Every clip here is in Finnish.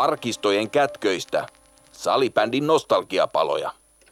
arkistojen kätköistä. Salibändin nostalgiapaloja.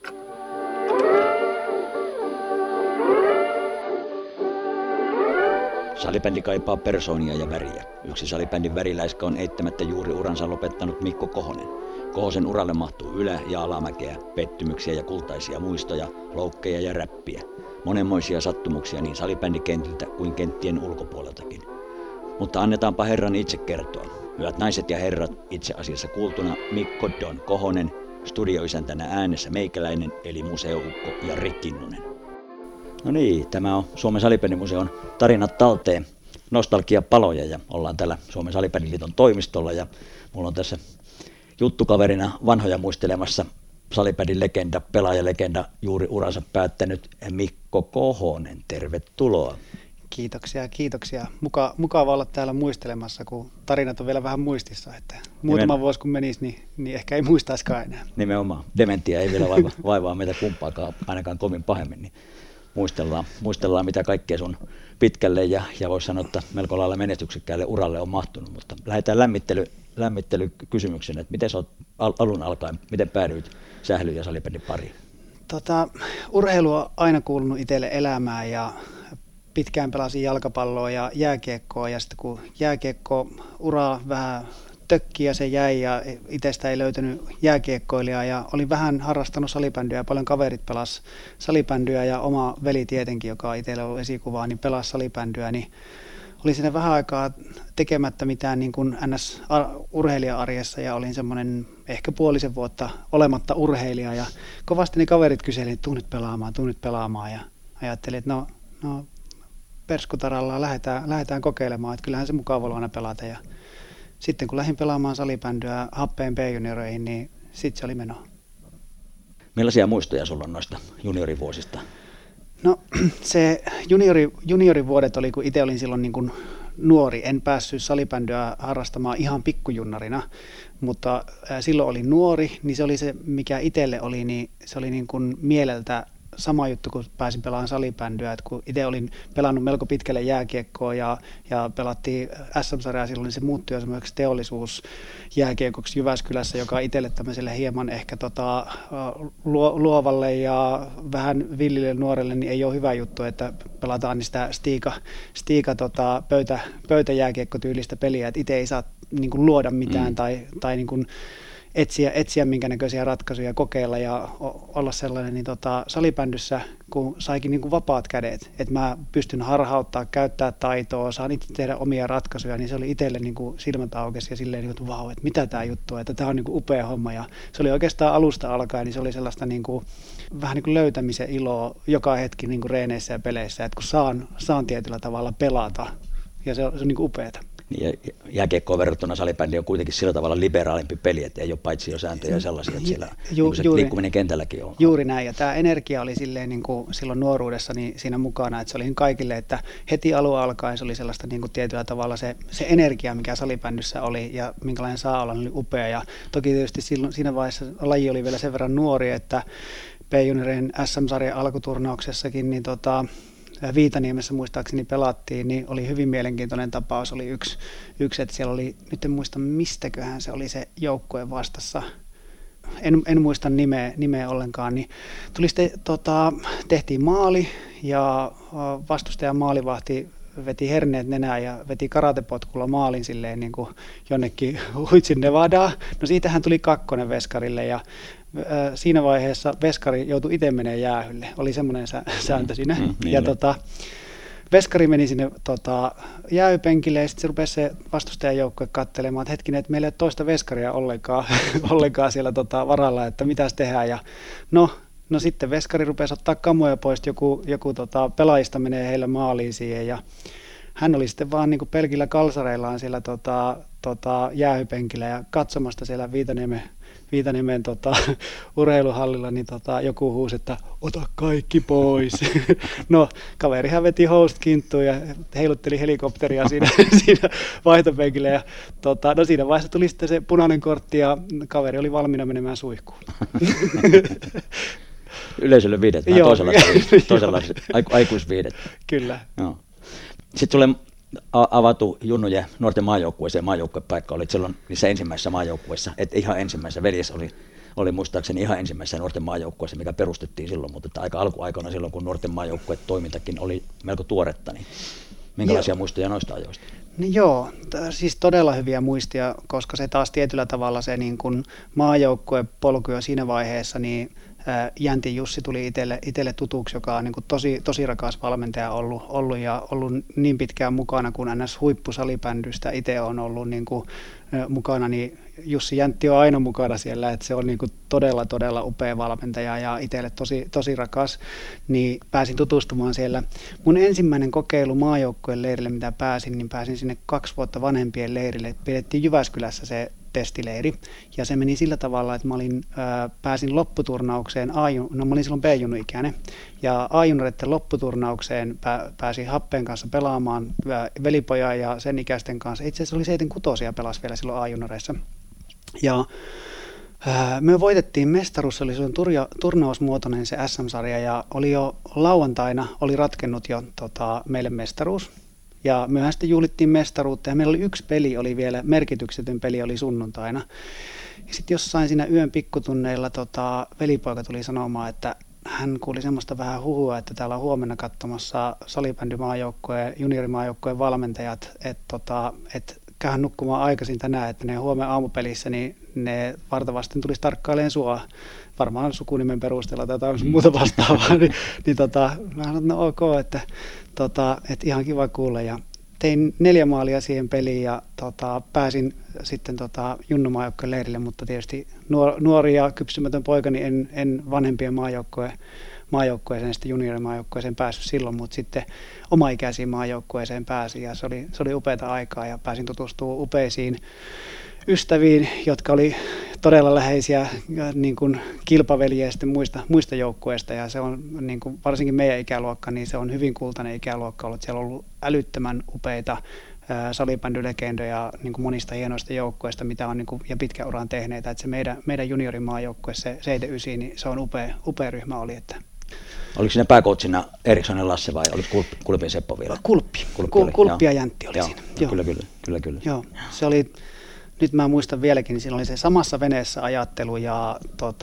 Salibändi kaipaa persoonia ja väriä. Yksi salibändin väriläiskä on eittämättä juuri uransa lopettanut Mikko Kohonen. Kohosen uralle mahtuu ylä- ja alamäkeä, pettymyksiä ja kultaisia muistoja, loukkeja ja räppiä. Monenmoisia sattumuksia niin salibändikentiltä kuin kenttien ulkopuoleltakin. Mutta annetaanpa Herran itse kertoa. Hyvät naiset ja herrat, itse asiassa kuultuna Mikko Don Kohonen, studioisäntänä äänessä meikäläinen eli museoukko Jari Kinnunen. No niin, tämä on Suomen salibändimuseon Tarinat talteen nostalgiapaloja ja ollaan täällä Suomen salibändiliiton toimistolla ja mulla on tässä juttukaverina vanhoja muistelemassa salibändin legenda, pelaajalegenda, juuri uransa päättänyt Mikko Kohonen. Tervetuloa. Kiitoksia. Mukava olla täällä muistelemassa, kun tarinat on vielä vähän muistissa. Että muutama vuosi kun menisi, niin ehkä ei muistaisikaan enää. Nimenomaan. Dementia ei vielä vaivaa meitä kumpaakaan, ainakaan kovin pahemmin. Niin muistellaan mitä kaikkea sun pitkälle ja voisi sanoa, että melko lailla menestyksekkäälle uralle on mahtunut. Mutta lähdetään lämmittelykysymyksen, että miten sä oot alun alkaen, miten päädyit sählyn ja salibändin pariin? Urheilu on aina kuulunut itselle elämään ja pitkään pelasin jalkapalloa ja jääkiekkoa ja sitten kun jääkiekko-ura vähän tökki ja se jäi ja itsestä ei löytynyt jääkiekkoilijaa ja olin vähän harrastanut salibändyä ja paljon kaverit pelas salibändyä ja oma veli tietenkin, joka on itsellä ollut esikuvaa, niin pelasi salibändyä, niin oli siinä vähän aikaa tekemättä mitään niin kuin NS-urheilija-arjessa ja olin semmoinen ehkä puolisen vuotta olematta urheilija ja kovasti ne kaverit kyselivät, että tuu nyt pelaamaan ja ajattelin, että no perskutaralla lähdetään kokeilemaan, että kyllähän se mukava on aina pelata ja sitten kun lähdin pelaamaan salibändyä Happeen B-junioreihin, niin sitten se oli menoa. Millaisia muistoja sulla on noista juniorivuosista? No se juniorivuodet oli, kun itse olin silloin niin kuin nuori. En päässyt salibändyä harrastamaan ihan pikkujunnarina, mutta silloin olin nuori, niin se oli se, mikä itselle oli, niin se oli niin kuin mieleltä sama juttu, kun pääsin pelaamaan salibändyä, että kun itse olin pelannut melko pitkälle jääkiekkoa ja pelattiin SM-sarjaa silloin, niin se muuttui jo semmoiseksi teollisuusjääkiekoksi Jyväskylässä, joka itselle tämmöiselle hieman ehkä luovalle ja vähän villille nuorelle niin ei ole hyvä juttu, että pelataan niin sitä stiika pöytäjääkiekkotyylistä peliä, että itse ei saa niin kuin luoda mitään tai niin kuin etsiä minkä näköisiä ratkaisuja, kokeilla ja olla sellainen, niin salibändyssä, kun saikin niin kuin vapaat kädet, että mä pystyn harhauttaa, käyttää taitoa, saan itse tehdä omia ratkaisuja, niin se oli itselle niin kuin silmät aukesi ja silleen, että vau, että mitä tämä juttu on, että tämä on niin kuin upea homma ja se oli oikeastaan alusta alkaen, niin se oli sellaista niin kuin, vähän niin kuin löytämisen iloa joka hetki niin kuin reeneissä ja peleissä, että kun saan tietyllä tavalla pelata ja se on niin kuin upeata. Jääkiekkoon verrattuna salibändi on kuitenkin sillä tavalla liberaalimpi peli, että ei ole paitsi jo sääntöjä ja sellaisia, että siellä se liikkuminen kentälläkin on. Juuri näin, ja tämä energia oli silleen niin kuin silloin nuoruudessa niin siinä mukana, että se oli kaikille, että heti alun alkaen se oli sellaista niin kuin tietyllä tavalla se energia, mikä salibändyssä oli ja minkälainen saa olla, oli upea, ja toki tietysti silloin, siinä vaiheessa laji oli vielä sen verran nuori, että B-juniorin SM-sarjan alkuturnauksessakin, niin Viitaniemessä muistaakseni pelattiin, niin oli hyvin mielenkiintoinen tapaus. Oli yksi että siellä oli, nyt en muista mistäköhän se oli se joukkue vastassa, en muista nimeä ollenkaan, niin tuli sitten, tehtiin maali ja vastustajan maalivahti veti herneet nenään ja veti karatepotkulla maalin silleen niin kuin jonnekin Huitsin Nevadaan. No siitähän tuli 2 veskarille ja siinä vaiheessa veskari joutui itse menemään jäähylle. Oli semmoinen sääntö siinä. Ja veskari meni sinne jäähypenkille ja sitten se rupesi se vastustajan joukkue katselemaan, että hetkinen, että meillä ei ole toista veskaria ollenkaan siellä varalla, että mitäs tehdään. Ja no sitten veskari rupesi ottaa kamoja pois, joku pelaajista menee heillä maaliin siihen ja hän oli sitten vaan niin kuin pelkillä kalsareillaan siellä jäähypenkillä ja katsomasta siellä Viitaniemen urheiluhallilla, niin joku huusi, että ota kaikki pois. No, kaverihan veti housut kinttuun ja heilutteli helikopteria siinä vaihtopenkillä. Ja, no siinä vaiheessa tuli sitten se punainen kortti ja kaveri oli valmiina menemään suihkuun. Yleisölle viidet, vähän toisenlaiset aikuisviidet. Kyllä. Joo. Sitten sulle avatu junnujen nuorten maajoukkueeseen maajoukkuepaikka oli silloin niissä ensimmäisissä maajoukkueissa, että ihan ensimmäisessä veljes oli muistaakseni ihan ensimmäisessä nuorten maajoukkueessa, mikä perustettiin silloin, mutta että aika alkuaikana silloin, kun nuorten maajoukkuetoimintakin oli melko tuoretta, niin minkälaisia muistoja noista ajoista? No joo, siis todella hyviä muistia, koska se taas tietyllä tavalla se niin kuin maajoukkuepolku jo siinä vaiheessa, niin Jäntin Jussi tuli itselle tutuksi, joka on niin kuin tosi rakas valmentaja ollut ja ollut niin pitkään mukana, kun NS huippusalibändystä itse on ollut niin kuin mukana, niin Jussi Jäntti on aina mukana siellä, että se on niin kuin todella upea valmentaja ja itselle tosi rakas, niin pääsin tutustumaan siellä. Mun ensimmäinen kokeilu maajoukkueen leirille, mitä pääsin sinne 2 vuotta vanhempien leirille. Pidettiin Jyväskylässä se testileiri, ja se meni sillä tavalla, että mä pääsin lopputurnaukseen, mä olin silloin B-junnu-ikäinen, ja A-junnureiden lopputurnaukseen pääsin Happeen kanssa pelaamaan velipojan ja sen ikäisten kanssa. Itse asiassa oli 76 pelasi vielä silloin A-junnureissa. Ja me voitettiin mestaruus, se oli turnausmuotoinen se SM-sarja, ja oli jo lauantaina, oli ratkennut jo meille mestaruus. Ja myöhään sitten juhlittiin mestaruutta ja meillä oli yksi peli, oli vielä merkityksetön peli, oli sunnuntaina. Ja sitten jossain siinä yön pikkutunneilla velipoika tuli sanomaan, että hän kuuli semmoista vähän huhua, että täällä on huomenna katsomassa salibändimaajoukkueen, juniorimaajoukkueen valmentajat, että käyhän nukkumaan aikaisin tänään, että ne huomenna aamupelissä, niin ne vartavasten tulisi tarkkailemaan sua, varmaan sukunimen perusteella tai jotain muuta vastaavaa, niin mä sanoin, no ok, että ihan kiva kuulla, ja tein 4 maalia siihen peliin ja pääsin sitten junnumaajoukkueen leirille, mutta tietysti nuori ja kypsymätön poika, niin en vanhempien maajoukkueeseen, sitten juniorimaajoukkueeseen päässyt silloin, mutta sitten omaikäisiin maajoukkueeseen pääsin ja se oli upeata aikaa ja pääsin tutustumaan upeisiin ystäviin, jotka oli todella läheisiä niin kuin kilpaveljiä sitten muista joukkueista, ja se on niin kuin varsinkin meidän ikäluokka, niin se on hyvin kultainen ikäluokka ollut. Siellä on ollut älyttömän upeita salibändylegendoja niin kuin monista hienoista joukkueista, mitä on niin kuin, ja pitkän uran tehneitä. Että se meidän juniorimaajoukkue, se 79, niin se on upea ryhmä oli. Että. Oliko siinä pääcoachina Erikssonen Lasse vai oliko Kulpin Seppo vielä? Kulppi ja Jäntti oli siinä. Joo. Kyllä. Joo, se oli. Nyt mä muistan vieläkin, niin siinä oli se samassa veneessä ajattelu ja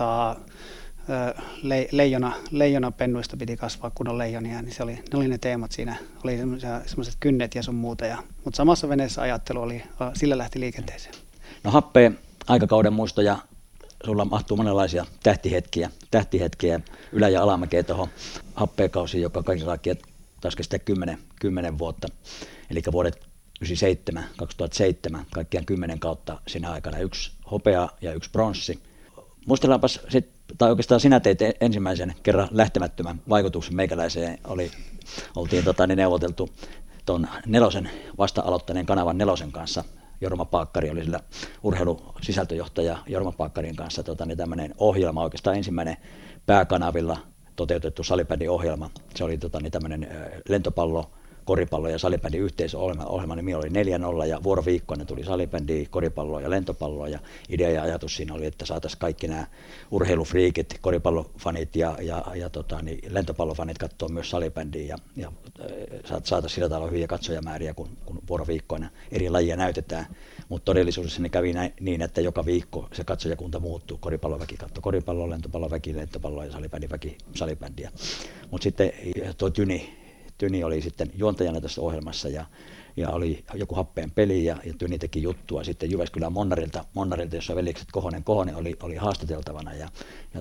leijonapennuista piti kasvaa kunnon leijonia, niin ne oli ne teemat siinä, oli semmoiset kynnet ja sun muuta, mutta samassa veneessä ajattelu sillä lähti liikenteeseen. No Happeen aikakauden muistoja, sulla mahtuu monenlaisia tähtihetkiä ylä- ja alamäkeä tuohon Happeen kausiin, joka kaiken kaikkiaan taas kestää 10 vuotta, eli vuodet 97, kaikkiaan 10 kautta sinä aikana, 1 hopea ja 1 bronssi. Muistellaanpas tai oikeastaan sinä teit ensimmäisen kerran lähtemättömän vaikutuksen meikäläiseen. Oltiin neuvoteltu tuon 4 vasta aloittaneen kanavan 4 kanssa. Jorma Paakkari oli sillä urheilusisältöjohtaja Jorma Paakkarin kanssa tämmöinen ohjelma, oikeastaan ensimmäinen pääkanavilla toteutettu salibändin ohjelma. Se oli tämmöinen lentopallo, koripallo ja salibändin yhteisohjelma, nimi oli 4-0 ja vuoroviikkoinen tuli salibändiä, koripalloa ja lentopalloa, ja idea ja ajatus siinä oli, että saataisiin kaikki nämä urheilufriikit, koripallofanit ja lentopallofanit katsoa myös salibändiä ja saataisiin sillä tavalla hyviä katsojamääriä, kun vuoroviikkoina eri lajia näytetään, mutta todellisuudessa ne kävi niin, että joka viikko se katsojakunta muuttuu, koripalloväki katsoi koripalloa, lentopalloväki lentopalloa ja salibändiväki salibändiä, mutta sitten tuo Tyni oli sitten juontajana tässä ohjelmassa ja oli joku Happeen peli ja Tyni teki juttua sitten Jyväskylän Monnarilta, jossa veljekset Kohonen oli haastateltavana ja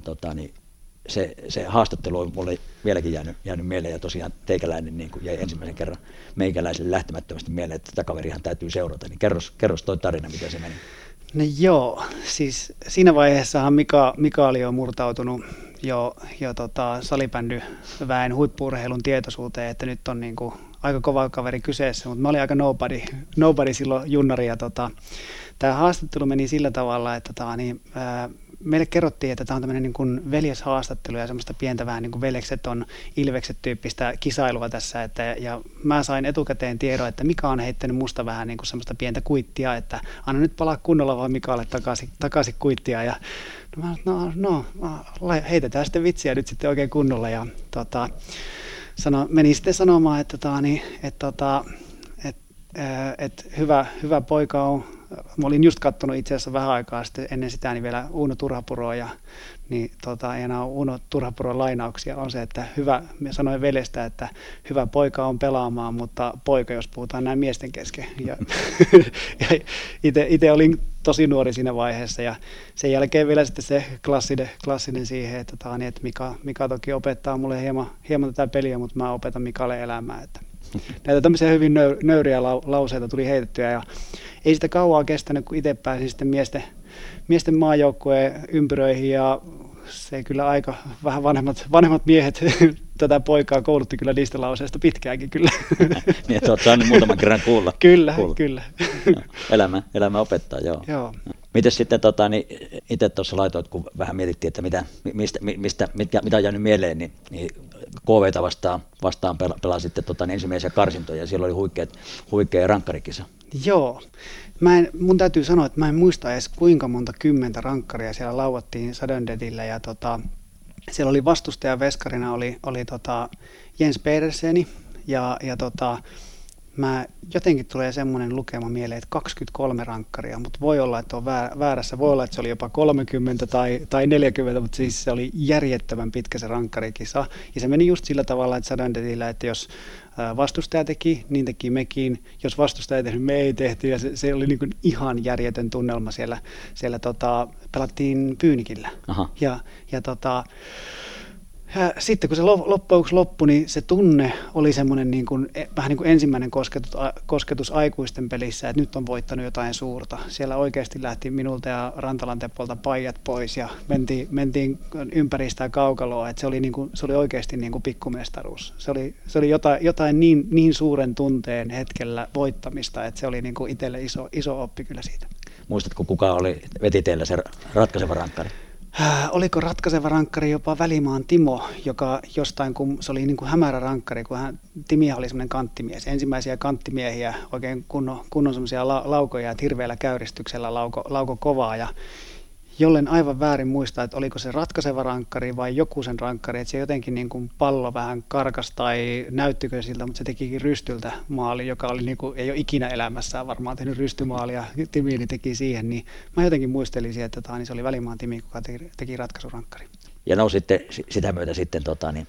se haastattelu on mulle vieläkin jäänyt mieleen ja tosiaan teikäläinen niin kuin jäi ensimmäisen kerran meikäläiselle lähtemättömästi mieleen, että tätä kaverihan täytyy seurata, niin kerros toi tarina, miten se meni. No joo, siis siinä vaiheessahan Mika oli jo murtautunut jo salibändyväen huippu-urheilun tietoisuuteen, että nyt on niin kuin aika kova kaveri kyseessä, mutta mä olin aika nobody silloin junnari, ja tämä haastattelu meni sillä tavalla, että meille kerrottiin, että tämä on tämmöinen niin kuin veljeshaastattelu ja semmoista pientä vähän niin kuin veljekset on ilvekset -tyyppistä kisailua tässä, ja mä sain etukäteen tiedon, että Mika on heittänyt musta vähän niin kuin semmoista pientä kuittia, että anna nyt palaa kunnolla vaan Mikalle takaisin kuittia, ja heitetään sitten vitsiä nyt sitten oikein kunnolla, ja meni sitten sanomaan, että että hyvä poika on. Mä olin just katsonut itse asiassa vähän aikaa sitten ennen sitä niin vielä Uno Turhapuroa ja niin enää Uno Turhapuron lainauksia on se, että mä sanoin veljestä, että hyvä poika on pelaamaan, mutta poika, jos puhutaan näin miesten kesken. Ja itse olin tosi nuori siinä vaiheessa ja sen jälkeen vielä sitten se klassinen siihen, että Mika toki opettaa mulle hieman tätä peliä, mutta mä opetan Mikalle elämää. Että näitä tämmöisiä hyvin nöyriä lauseita tuli heitettyä ja ei sitä kauaa kestänyt, kun itse pääsin sitten miesten maajoukkueen ympyröihin ja se kyllä aika vähän vanhemmat miehet tätä poikaa koulutti kyllä niistä lauseista pitkäänkin kyllä. Niin, että olet saanut muutaman kerran kuulla. Kyllä. No, elämä opettaa, joo. Miten sitten itse tuossa laitoit, kun vähän mietittiin, että mitä on jäänyt mieleen, niin KV:tä vastaan pelasitte ensimmäisiä karsintoja ja siellä oli huikea rankkarikisa. Joo. Mun täytyy sanoa, että mä en muista edes kuinka monta 10 rankkaria siellä lauvattiin Sudden-Deadillä ja siellä oli vastustajan veskarina oli Jens Pederseni ja mä jotenkin tulee semmoinen lukema mieleen, että 23 rankkaria, mutta voi olla, että on väärässä, voi olla, että se oli jopa 30 tai 40, mutta siis se oli järjettömän pitkä se rankkarikisa ja se meni just sillä tavalla, että Sudden-Deadillä, että jos vastustaja teki, niin teki mekin, jos vastustaja ei tehnyt, me ei tehty ja se oli niin kuin ihan järjetön tunnelma siellä pelattiin Pyynikillä. Ja sitten kun se loppui, niin se tunne oli semmoinen vähän niin kuin ensimmäinen kosketus aikuisten pelissä, että nyt on voittanut jotain suurta. Siellä oikeasti lähti minulta ja Rantalan Teppolta paidat pois ja mentiin ympäri sitä kaukaloa, että se oli oikeasti niin kuin pikkumestaruus. Se oli jotain niin suuren tunteen hetkellä voittamista, että se oli niin kuin itselle iso oppi kyllä siitä. Muistatko, kuka veti teillä se ratkaiseva rankkari? Oliko ratkaiseva rankkari jopa Välimaan Timo, joka jostain, kun se oli niin kuin hämärä rankkari, kun Timihan oli semmoinen kanttimies, ensimmäisiä kanttimiehiä, oikein kunnon semmoisia laukoja, että hirveällä käyristyksellä lauko kovaa ja jollen aivan väärin muistaa, että oliko se ratkaiseva rankkari vai joku sen rankkari, että se jotenkin niin kuin pallo vähän karkas tai näyttikö siltä, mutta se tekikin rystyltä maali, joka oli niin kuin, ei ole ikinä elämässään varmaan tehnyt rystymaalia, Timi teki siihen, niin mä jotenkin muistelisin, että niin se oli Välimaan Timi, joka teki ratkaisurankkari. Ja nousitte sitä myötä sitten,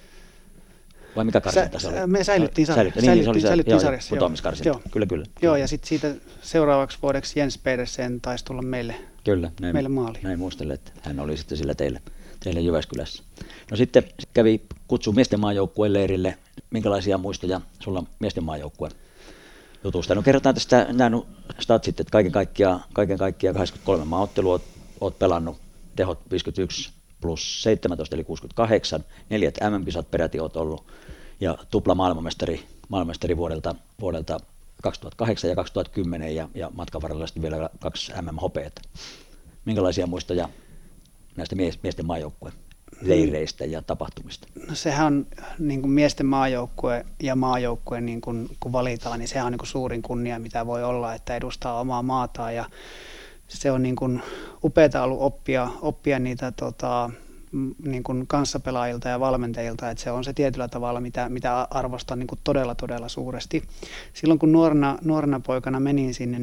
vai mikä karsinta se oli? Me säilyttiin sarjassa. Putoamiskarsinta, kyllä. Joo, ja sitten siitä seuraavaksi vuodeksi Jens Pedersen taisi tulla meille maaliin. Näin muistelen, että hän oli sitten sillä teille Jyväskylässä. No sitten kävi kutsu miesten maajoukkueen leirille. Minkälaisia muistoja sulla miesten maajoukkueen jutusta? No kerrotaan tästä nämä statsit, että kaiken kaikkiaan 83 maaottelua olet pelannut, tehot 51 plus 17 eli 68, 4 MM-kisat peräti olet ollut ja tupla maailmanmestari vuodelta 2008 ja 2010 ja matkan varrella sitten vielä 2 MM-hopeata. Minkälaisia muistoja näistä miesten maajoukkueen leireistä ja tapahtumista? No sehän on niin kuin miesten maajoukkue niin kun valitaan, niin sehän on niin kuin suurin kunnia, mitä voi olla, että edustaa omaa maataan ja se on niin kuin upeata ollut oppia niitä niin kuin kanssapelaajilta ja valmentajilta, että se on se tietyllä tavalla, mitä arvostan niin kuin todella suuresti. Silloin kun nuorena poikana menin sinne,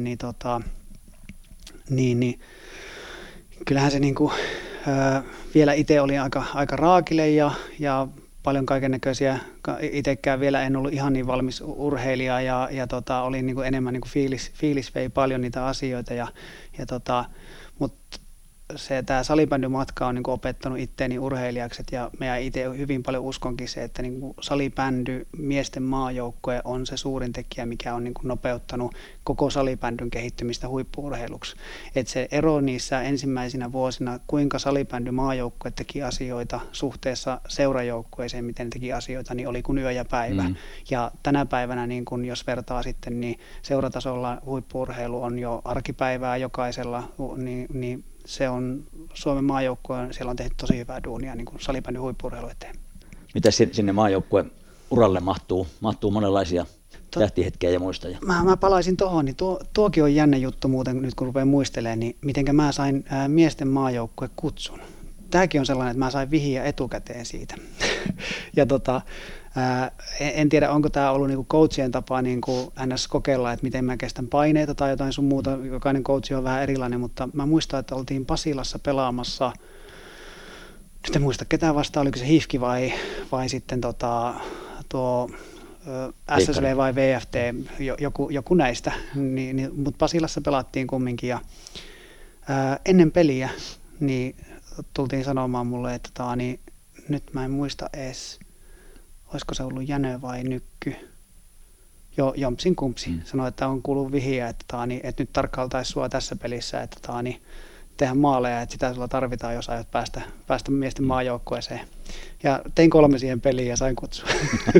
niin kyllähän se niin kuin, vielä itse oli aika raakile ja paljon kaikennäköisiä, itsekään vielä en ollut ihan niin valmis urheilija ja oli niin kuin enemmän niin kuin fiilis vei paljon niitä asioita mutta tämä salibändymatka on niin kuin opettanut itteeni urheilijaksi ja minä itse hyvin paljon uskonkin se, että niin kuin salibändy, miesten maajoukkue on se suurin tekijä, mikä on niin kuin nopeuttanut koko salibändyn kehittymistä huippu-urheiluksi. Että se ero niissä ensimmäisinä vuosina, kuinka salibändy maajoukkue teki asioita suhteessa seurajoukkueeseen, miten ne teki asioita, niin oli kuin yö ja päivä. Ja tänä päivänä, niin kun jos vertaa sitten, niin seuratasolla huippu-urheilu on jo arkipäivää jokaisella, niin se on Suomen maajoukkue, siellä on tehty tosi hyvää duunia niin kuin salibändyn huippu-urheilu eteen. Mitä sinne maajoukkueen uralle mahtuu monenlaisia tähtihetkiä ja muistoja? Mä palaisin tuohon, niin tuokin on jännä juttu muuten, nyt kun rupean muistelemaan, niin mitenkä mä sain miesten maajoukkue kutsun. Tämäkin on sellainen, että mä sain vihiä etukäteen siitä. Ja En tiedä, onko tämä ollut niinku coachien tapa niinku ns. Kokeilla, että miten mä kestän paineita tai jotain sun muuta. Jokainen coach on vähän erilainen, mutta mä muistan, että oltiin Pasilassa pelaamassa. Nyt en muista ketään vastaan, oliko se HIFK vai sitten tuo SSV vai VFT, joku näistä. Mutta Pasilassa pelattiin kumminkin ja ennen peliä niin tultiin sanomaan mulle, että nyt mä en muista edes, olisiko se ollut Jänö vai Nykky. Jompsin kumpsi sanoi, että on kuullut vihiä, että nyt tarkkailtaisiin sua tässä pelissä, että tehdä maaleja, että sitä sulla tarvitaan, jos aiot päästä miesten maajoukkueeseen. Ja tein 3 siihen peliin ja sain kutsua.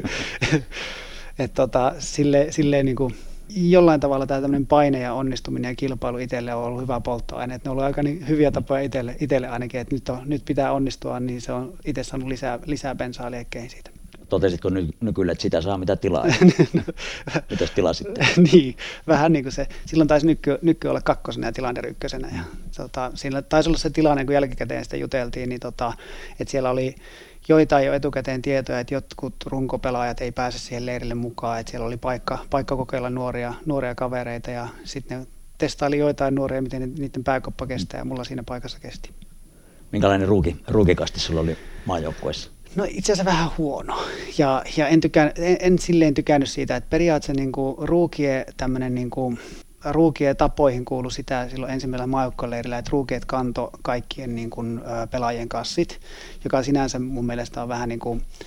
Silleen niin kuin jollain tavalla tämä tämmöinen paine ja onnistuminen ja kilpailu itselle on ollut hyvä polttoaine. Ne on ollut aika niin hyviä tapoja itselle ainakin, että nyt pitää onnistua, niin se on itse saanut lisää bensaa liekkeihin siitä. Totesitko nykyllä, että sitä saa mitä tilaa? Mitäs tilasitte? Niin, vähän niin kuin se. Silloin taisi Nykky olla 2. ja Tilander 1. Ja, siinä taisi olla se tilanne, kun jälkikäteen sitä juteltiin, niin että siellä oli joitain jo etukäteen tietoja, että jotkut runkopelaajat ei pääse siihen leirille mukaan, että siellä oli paikka kokeilla nuoria kavereita ja sitten ne testaili joitain nuoria, miten niiden pääkoppa kestää ja mulla siinä paikassa kesti. Minkälainen ruukikasti sulla oli maajoukkueessa? No itse asiassa vähän huono ja en silleen tykännyt siitä, että periaatteessa niinku ruukien tapoihin kuului sitä silloin ensimmäisellä maajoukkueleirillä, että ruukiet kanto kaikkien pelaajien kassit, joka sinänsä mun mielestä on vähän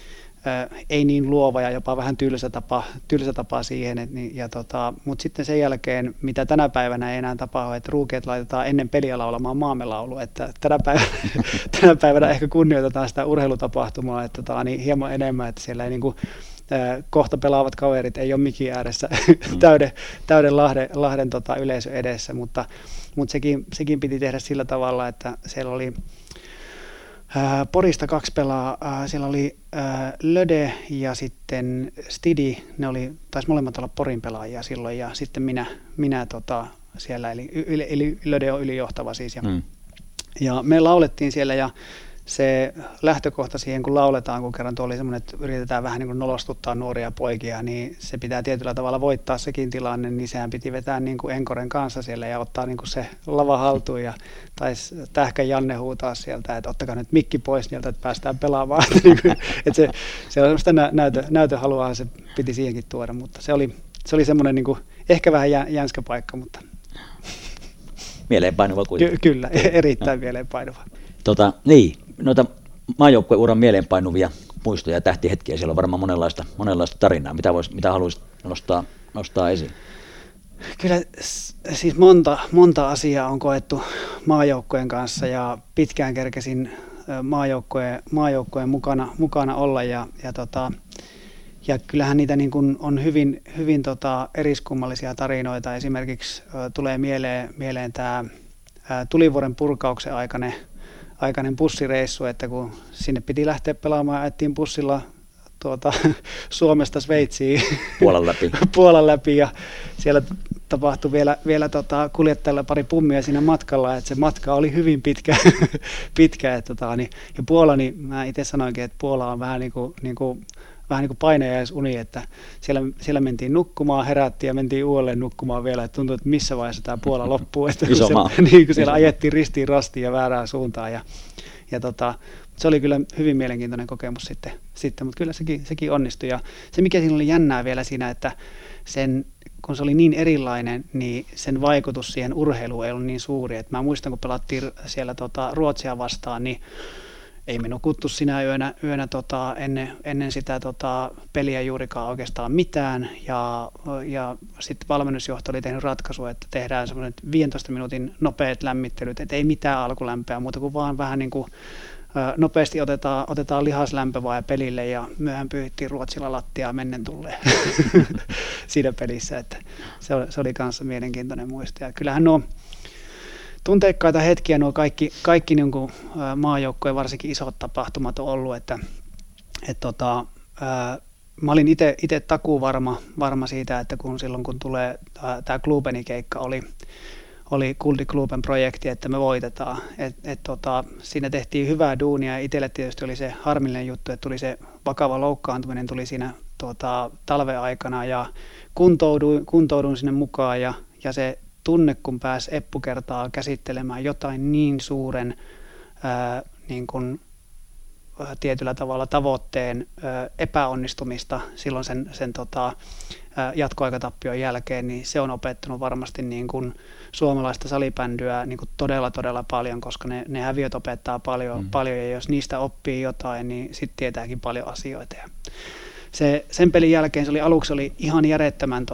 ei niin luova ja jopa vähän tylsä tapa siihen. Mutta sitten sen jälkeen, mitä tänä päivänä ei enää tapahdu, että ruukiet laitetaan ennen peliä laulamaan maamelaulu, että tänä päivänä ehkä kunnioitetaan sitä urheilutapahtumaa, että hieman enemmän, että siellä ei kohta pelaavat kaverit ei ole mikin ääressä täyden Lahden yleisön edessä, mutta sekin piti tehdä sillä tavalla, että siellä oli Porista 2 pelaa, siellä oli Löde ja sitten Stidi, taisi molemmat olla Porin pelaajia silloin ja sitten minä siellä, eli Löde on ylijohtava siis ja me laulettiin siellä ja se lähtökohta siihen, kun lauletaan, kun kerran tuo oli semmoinen, että yritetään vähän niin kuin nolostuttaa nuoria poikia, niin se pitää tietyllä tavalla voittaa sekin tilanne, niin sehän piti vetää niin kuin Enkoren kanssa siellä ja ottaa niin kuin se lava haltuun ja taisi Tähkä Janne huutaa sieltä, että ottakaa nyt mikki pois niiltä, että päästään pelaamaan. Että se on semmoista näytöhaluaa, se piti siihenkin tuoda, mutta se oli semmoinen niin kuin, ehkä vähän jänskä paikka, mutta mieleenpainuva kuitenkin. Kyllä, erittäin mieleenpainuva. Noita maajoukkueuran mieleenpainuvia muistoja ja tähtihetkiä, siellä on varmaan monenlaista tarinaa. Mitä haluaisit nostaa esiin? Kyllä siis monta asiaa on koettu maajoukkojen kanssa ja pitkään kerkesin maajoukkojen mukana olla ja kyllähän niitä niin kuin on hyvin eriskummallisia tarinoita. Esimerkiksi tulee mieleen tämä Tulivuoren purkauksen aikainen bussireissu, että kun sinne piti lähteä pelaamaan, ajettiin bussilla Suomesta Sveitsiin Puolan läpi ja siellä tapahtui vielä kuljettajalla pari pummia siinä matkalla, että se matka oli hyvin pitkä ja Puola, niin mä itse sanoinkin, että Puola on vähän niin kuin painajaisuni, että siellä mentiin nukkumaan, herättiin ja mentiin uudelleen nukkumaan vielä, että tuntui, että missä vaiheessa tämä Puola loppuu, että kun siellä ajettiin ristiin rastiin ja väärään suuntaan ja se oli kyllä hyvin mielenkiintoinen kokemus sitten, mutta kyllä sekin onnistui ja se mikä siinä oli jännää vielä siinä, että kun se oli niin erilainen, niin sen vaikutus siihen urheiluun ei ollut niin suuri, että mä muistan kun pelattiin siellä Ruotsia vastaan, niin ei me nukuttu sinä yönä ennen sitä peliä juurikaan oikeastaan mitään ja sitten valmennusjohto oli tehnyt ratkaisu, että tehdään semmoiset 15 minuutin nopeat lämmittelyt, että ei mitään alkulämpöä muuta kuin vaan vähän niin kuin nopeasti otetaan lihaslämpöä pelille ja myöhään pyyhittiin Ruotsilla lattiaa mennen tulleen siinä pelissä, että se oli kanssa mielenkiintoinen muisto ja kyllähän nuo tunteikkaita hetkiä nuo kaikki niin kuin maajoukkojen varsinkin isot tapahtumat on ollut, että mä olin itse takuvarma siitä, että silloin kun tulee tämä Klubeni-keikka oli Kuldi-Kluben projekti, että me voitetaan. Siinä tehtiin hyvää duunia ja itselle tietysti oli se harmillinen juttu, että tuli se vakava loukkaantuminen tuli siinä talven aikana ja kuntouduin sinne mukaan ja se tunne, kun pääsi Eppu-kertaa käsittelemään jotain niin suuren niin kuin tietyllä tavalla tavoitteen epäonnistumista silloin sen jatkoaikatappion jälkeen, niin se on opettanut varmasti niin kuin suomalaista salibändyä niin kuin todella paljon, koska ne häviöt opettaa paljon ja jos niistä oppii jotain, niin sitten tietääkin paljon asioita. Ja sen pelin jälkeen aluksi oli ihan järjettömän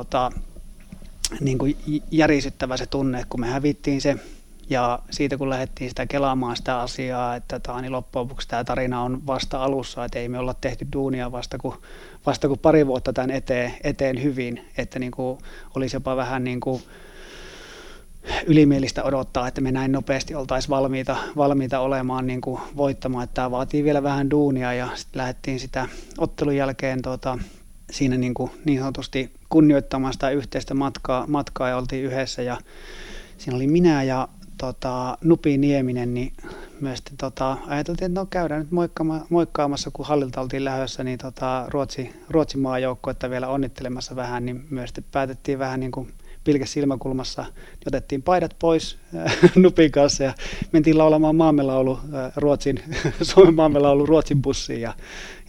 niin kuin järisyttävä se tunne, kun me hävittiin se. Ja siitä kun lähdettiin sitä kelaamaan sitä asiaa, että niin loppujen lopuksi tämä tarina on vasta alussa, että ei me olla tehty duunia vasta kun pari vuotta tämän eteen hyvin, että niin kuin olisi jopa vähän niin kuin ylimielistä odottaa, että me näin nopeasti oltaisiin valmiita olemaan niin kuin voittamaan, että tämä vaatii vielä vähän duunia ja sitten lähdettiin sitä ottelun jälkeen siinä niin sanotusti kunnioittamaan sitä yhteistä matkaa ja oltiin yhdessä ja siinä oli minä ja Nupi Nieminen, niin myös ajateltiin, että no käydään nyt moikkaamassa, kun hallilta oltiin lähdössä, niin Ruotsin maajoukkuetta vielä onnittelemassa vähän, niin myös päätettiin vähän niin kuin pilkäs silmäkulmassa, niin otettiin paidat pois Nupin kanssa ja mentiin laulamaan maamelaulu Suomen maamelaulu Ruotsin bussiin ja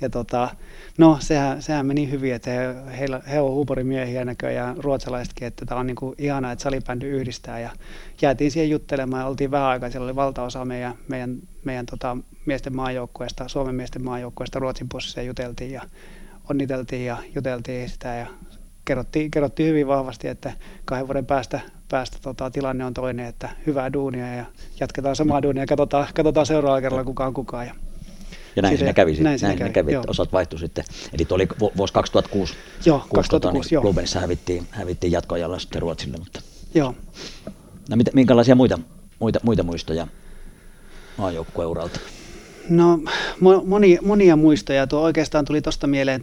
no sehän meni hyvin, että he on huumorimiehiä näköjään ruotsalaisetkin, että tämä on niin kuin ihanaa, että salibändy yhdistää ja jäätiin siihen juttelemaan ja oltiin vähän aikaa, siellä oli valtaosa meidän miesten maajoukkueesta, Suomen miesten maajoukkueesta Ruotsin bussissa juteltiin ja onniteltiin ja juteltiin sitä ja kerrottiin hyvin vahvasti, että 2 vuoden päästä tilanne on toinen, että hyvää duunia ja jatketaan samaa duunia ja katsotaan seuraavalla kerralla kukaan. Ja näin siinä kävi, että osat vaihtui sitten. Eli tuo oli vuosi 2006. Joo, 2006, niin Klubenissa hävittiin jatkoajalla sitten Ruotsille. Mutta. Joo. No minkälaisia muita muistoja maajoukkueuralta? No monia muistoja. Tuo oikeastaan tuli tuosta mieleen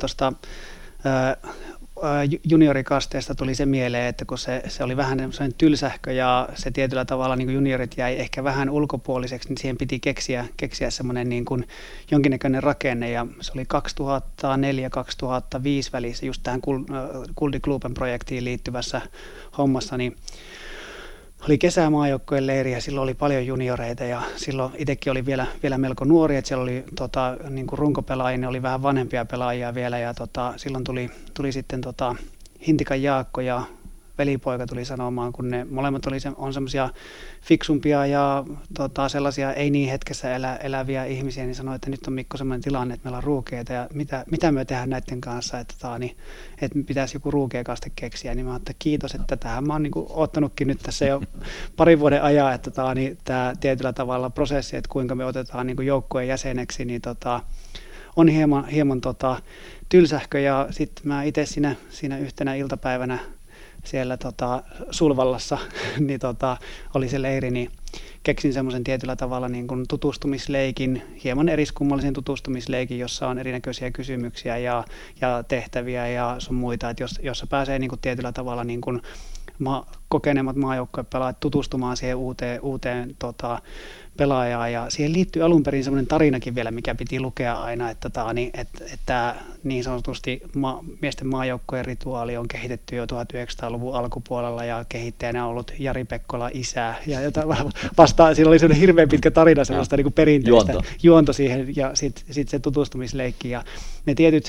juniorikasteesta tuli se mieleen, että kun se oli vähän sellainen tylsähkö ja se tietyllä tavalla niin kuin juniorit jäi ehkä vähän ulkopuoliseksi, niin siihen piti keksiä semmoinen niin kuin jonkinnäköinen rakenne ja se oli 2004-2005 välissä just tähän Kuldi-Kluben projektiin liittyvässä hommassa, niin oli kesämaajoukkojen leiri ja silloin oli paljon junioreita ja silloin itsekin oli vielä melko nuori, että siellä oli niin kuin runkopelaajia, ne oli vähän vanhempia pelaajia vielä ja silloin tuli sitten Hintikan Jaakko ja velipoika tuli sanomaan, kun ne molemmat on semmoisia fiksumpia ja sellaisia ei niin hetkessä eläviä ihmisiä, niin sanoi, että nyt on Mikko semmoinen tilanne, että meillä on ruukeita ja mitä me tehdään näiden kanssa, että pitäisi joku ruukeakaste keksiä, niin mä ajattelin, että kiitos, että tähän mä oon niin ottanutkin nyt tässä jo 2 vuoden ajan, että tämä tietyllä tavalla prosessi, että kuinka me otetaan niin joukkueen jäseneksi, niin on hieman tylsähkö ja sitten mä itse siinä yhtenä iltapäivänä siellä Sulvallassa, niin oli se leiri, niin keksin semmoisen tietyllä tavalla niin kuin tutustumisleikin, hieman eriskummallisen tutustumisleikin, jossa on erinäköisiä kysymyksiä ja tehtäviä ja sun muita, että jossa pääsee niin kuin tietyllä tavalla niin kuin kokeneemmat maajoukkuepelaajat tutustumaan siihen uuteen pelaajaan ja siihen liittyy alun perin semmoinen tarinakin vielä, mikä piti lukea aina, että niin sanotusti miesten maajoukkojen rituaali on kehitetty jo 1900-luvun alkupuolella ja kehittäjänä on ollut Jari Pekkola isä ja jotain vastaan, siinä oli semmoinen hirveän pitkä tarina sellaista niin kuin perinteistä juonto siihen ja sitten se tutustumisleikki ja ne tietyt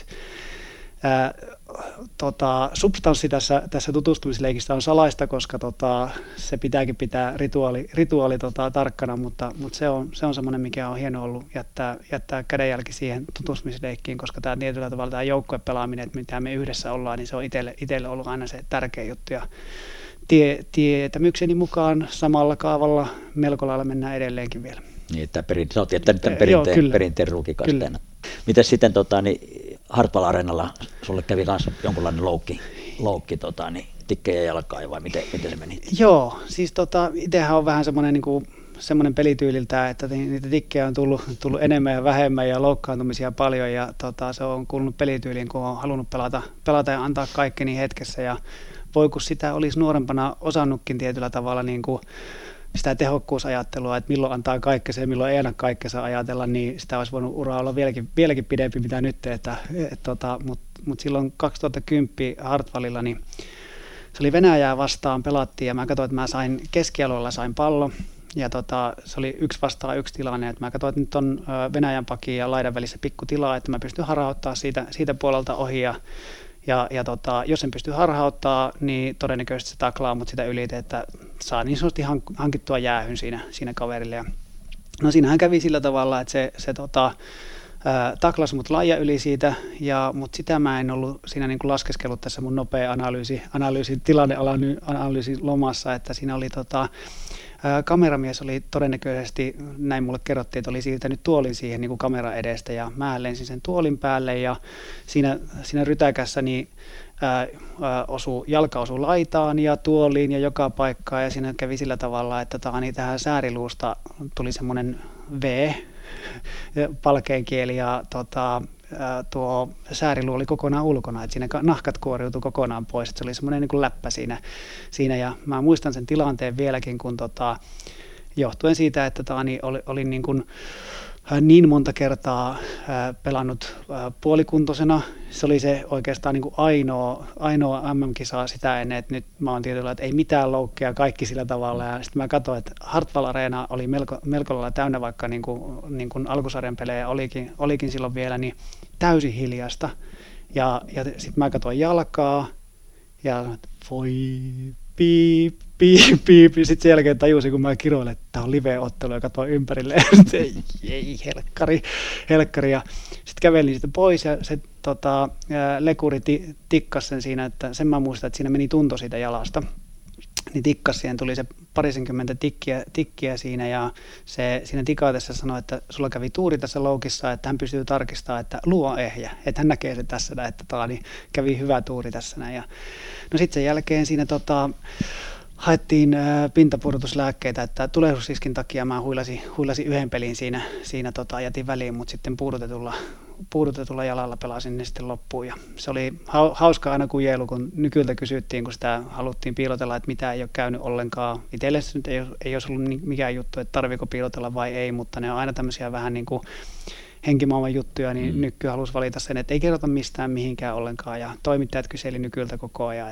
substanssi tässä tutustumisleikistä on salaista, koska se pitääkin pitää rituaali tarkkana, mutta se on semmoinen, mikä on hieno ollut jättää kädenjälki siihen tutustumisleikkiin, koska tämä tietyllä tavalla tämä joukkuepelaaminen, että mitä me yhdessä ollaan, niin se on itselle ollut aina se tärkeä juttu ja tietämykseni mukaan samalla kaavalla melko lailla mennään edelleenkin vielä. Niin, että sä oot jättänyt tämän perinteen ruukikasteena. Mites sitten Hartwall-areenalla sulle kävi myös jonkunlainen loukki tikkejä jalkaan vai miten se meni? Joo, siis itsehän on vähän semmoinen pelityyliltä, että niitä tikkejä on tullut enemmän ja vähemmän ja loukkaantumisia paljon ja se on kuulunut pelityyliin, kun on halunnut pelata ja antaa kaikkeni hetkessä ja voi kun sitä olisi nuorempana osannutkin tietyllä tavalla niin kuin sitä tehokkuusajattelua, että milloin antaa kaikkensa ja milloin ei anna kaikkensa ajatella, niin sitä olisi voinut ura olla vieläkin pidempi mitä nyt, mutta silloin 2010 Hartwallilla, niin se oli Venäjää vastaan, pelattiin ja mä katsoin, että mä sain keskialueella pallo ja se oli 1-1 tilanne, että mä katsoin, että nyt on Venäjän pakin ja laidan välissä pikku tilaa, että mä pystyn harhauttaa siitä puolelta ohi ja jos en pysty harhauttaa, niin todennäköisesti se taklaa mut sitä ylite, että saa niin sanotusti hankittua jäähyn siinä kaverille. Ja no siinähän kävi sillä tavalla, että se taklasi mut laaja yli siitä, mutta sitä mä en ollut siinä niin kuin laskeskellut tässä mun nopea analyysi tilanneanalyysi lomassa, että siinä oli kameramies oli todennäköisesti, näin mulle kerrottiin, että oli siirtänyt tuolin siihen niin kuin kamera edestä ja mä lensin sen tuolin päälle ja siinä rytäkässä niin jalka osui laitaan ja tuoliin ja joka paikkaan ja siinä kävi sillä tavalla, että tähän sääriluusta tuli semmoinen V, palkeen kieli ja tuo sääriluu oli kokonaan ulkona, että siinä nahkat kuoriutui kokonaan pois, että se oli semmoinen niin kuin läppä siinä ja mä muistan sen tilanteen vieläkin, kun johtuen siitä, että oli niin kuin niin monta kertaa pelannut puolikuntoisena. Se oli se oikeastaan niin kuin ainoa MM-kisaa sitä ennen, että nyt mä oon tietyllä, että ei mitään loukkeja, kaikki sillä tavalla. Ja sitten mä katsoin, että Hartwall Arena oli melko lailla täynnä, vaikka niin kuin alkusarjan pelejä olikin silloin vielä, niin täysin hiljasta. Ja sitten mä katsoin jalkaa ja voi piip. Sitten sen jälkeen tajusin, kun mä kiroilin, että tämä on live-ottelu ja katsoin ympärille. Ei, helkkari. Ja sitten kävelin siitä pois ja se lekuri tikkasi sen siinä, että sen mä muistan, että siinä meni tunto siitä jalasta. Niin tikkasi siihen, tuli se parisenkymmentä tikkiä siinä ja se siinä tikaatessa sanoi, että sulla kävi tuuri tässä loukissa, että hän pystyy tarkistamaan, että luu on ehjä, että hän näkee sen tässä, että niin kävi hyvä tuuri tässä näin. Ja no sitten sen jälkeen siinä haettiin pintapudotuslääkkeitä, että tulehdusriskin takia mä huilasin yhden pelin siinä jätin väliin, mutta sitten puudutetulla jalalla pelasin ne sitten loppuun. Ja se oli hauska aina kun Jeelu, kun Nykyltä kysyttiin, kun sitä haluttiin piilotella, että mitä ei ole käynyt ollenkaan. Itselle se nyt ei olisi ollut mikään juttu, että tarviiko piilotella vai ei, mutta ne on aina tämmöisiä vähän niin kuin henkimaailman juttuja, niin Nykky halusi valita sen, että ei kerrota mistään mihinkään ollenkaan. Ja toimittajat kyseli Nykyltä koko ajan,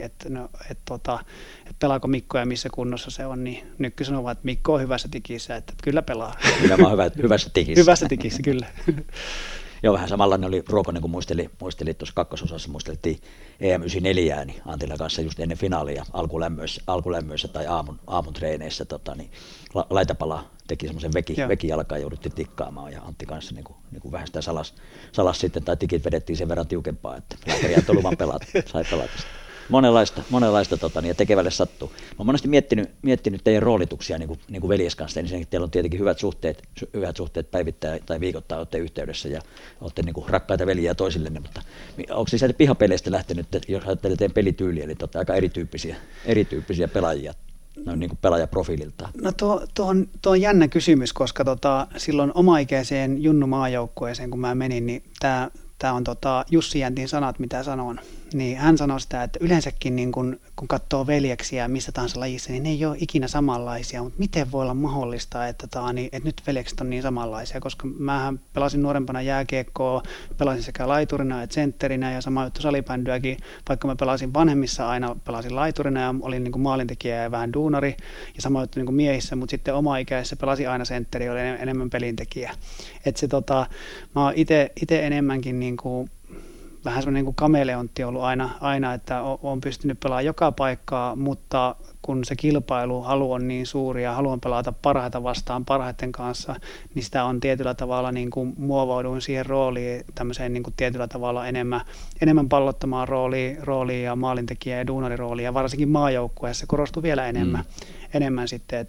että pelaako Mikko ja missä kunnossa se on. Niin Nykky sanoi vaan, että Mikko on hyvässä tikissä, että kyllä pelaa. Kyllä mä oon hyvässä tikissä. Hyvässä tikissä, kyllä. Joo, vähän samanlainen oli Ruokonen, kun muisteli tuossa kakkososassa, muisteltiin EM94, niin Antilla kanssa just ennen finaalia alkulämmöissä tai aamun treeneissä, niin laitapala teki semmoisen vekijalkaa ja jouduttiin tikkaamaan ja Antti kanssa niin kuin vähän sitä salas sitten, tai tikit vedettiin sen verran tiukempaa, että lääkäriä luvan pelata, sai pelata sitä. Monenlaista ja tekevälle sattuu. Mä oon monesti miettinyt teidän roolituksia niin kuin veljes kanssa, niin teillä on tietenkin hyvät suhteet päivittäin tai viikoittain olette yhteydessä ja olette niin kuin rakkaita veljiä toisillenne, mutta onko se sieltä pihapeleistä lähtenyt, jos ajattelee teidän pelityyliä, eli aika erityyppisiä pelaajia, no niin kuin pelaajaprofiililtaan? No tuo on jännä kysymys, koska silloin omaikäiseen Junnu-maajoukkueeseen, kun mä menin, niin tämä on Jussi Jäntin sanat, mitä sanon. Niin hän sanoi sitä, että yleensäkin niin kun katsoo veljeksiä missä tahansa lajissa, niin ne ei ole ikinä samanlaisia, mutta miten voi olla mahdollista, että nyt veljekset on niin samanlaisia, koska mähän pelasin nuorempana jääkiekkoa, pelasin sekä laiturina että sentterinä ja sama juttu salibändyäkin, vaikka mä pelasin vanhemmissa aina, pelasin laiturina ja olin niin kuin maalintekijä ja vähän duunari ja sama juttu niin kuin miehissä, mutta sitten oma-ikäisessä pelasin aina sentteri, oli enemmän pelintekijä. Että se mä oon itse enemmänkin niin kuin vähän semmoinen niin kuin kameleontti ollut aina, että olen pystynyt pelaamaan joka paikkaa, mutta kun se kilpailuhalu on niin suuri ja haluan pelata parhaita vastaan parhaiten kanssa, niin sitä on tietyllä tavalla niin kuin muovauduin siihen rooliin, tämmöiseen niin kuin tietyllä tavalla enemmän pallottamaan rooliin ja maalintekijä ja duunarirooliin ja varsinkin maajoukkueessa korostui vielä enemmän sitten,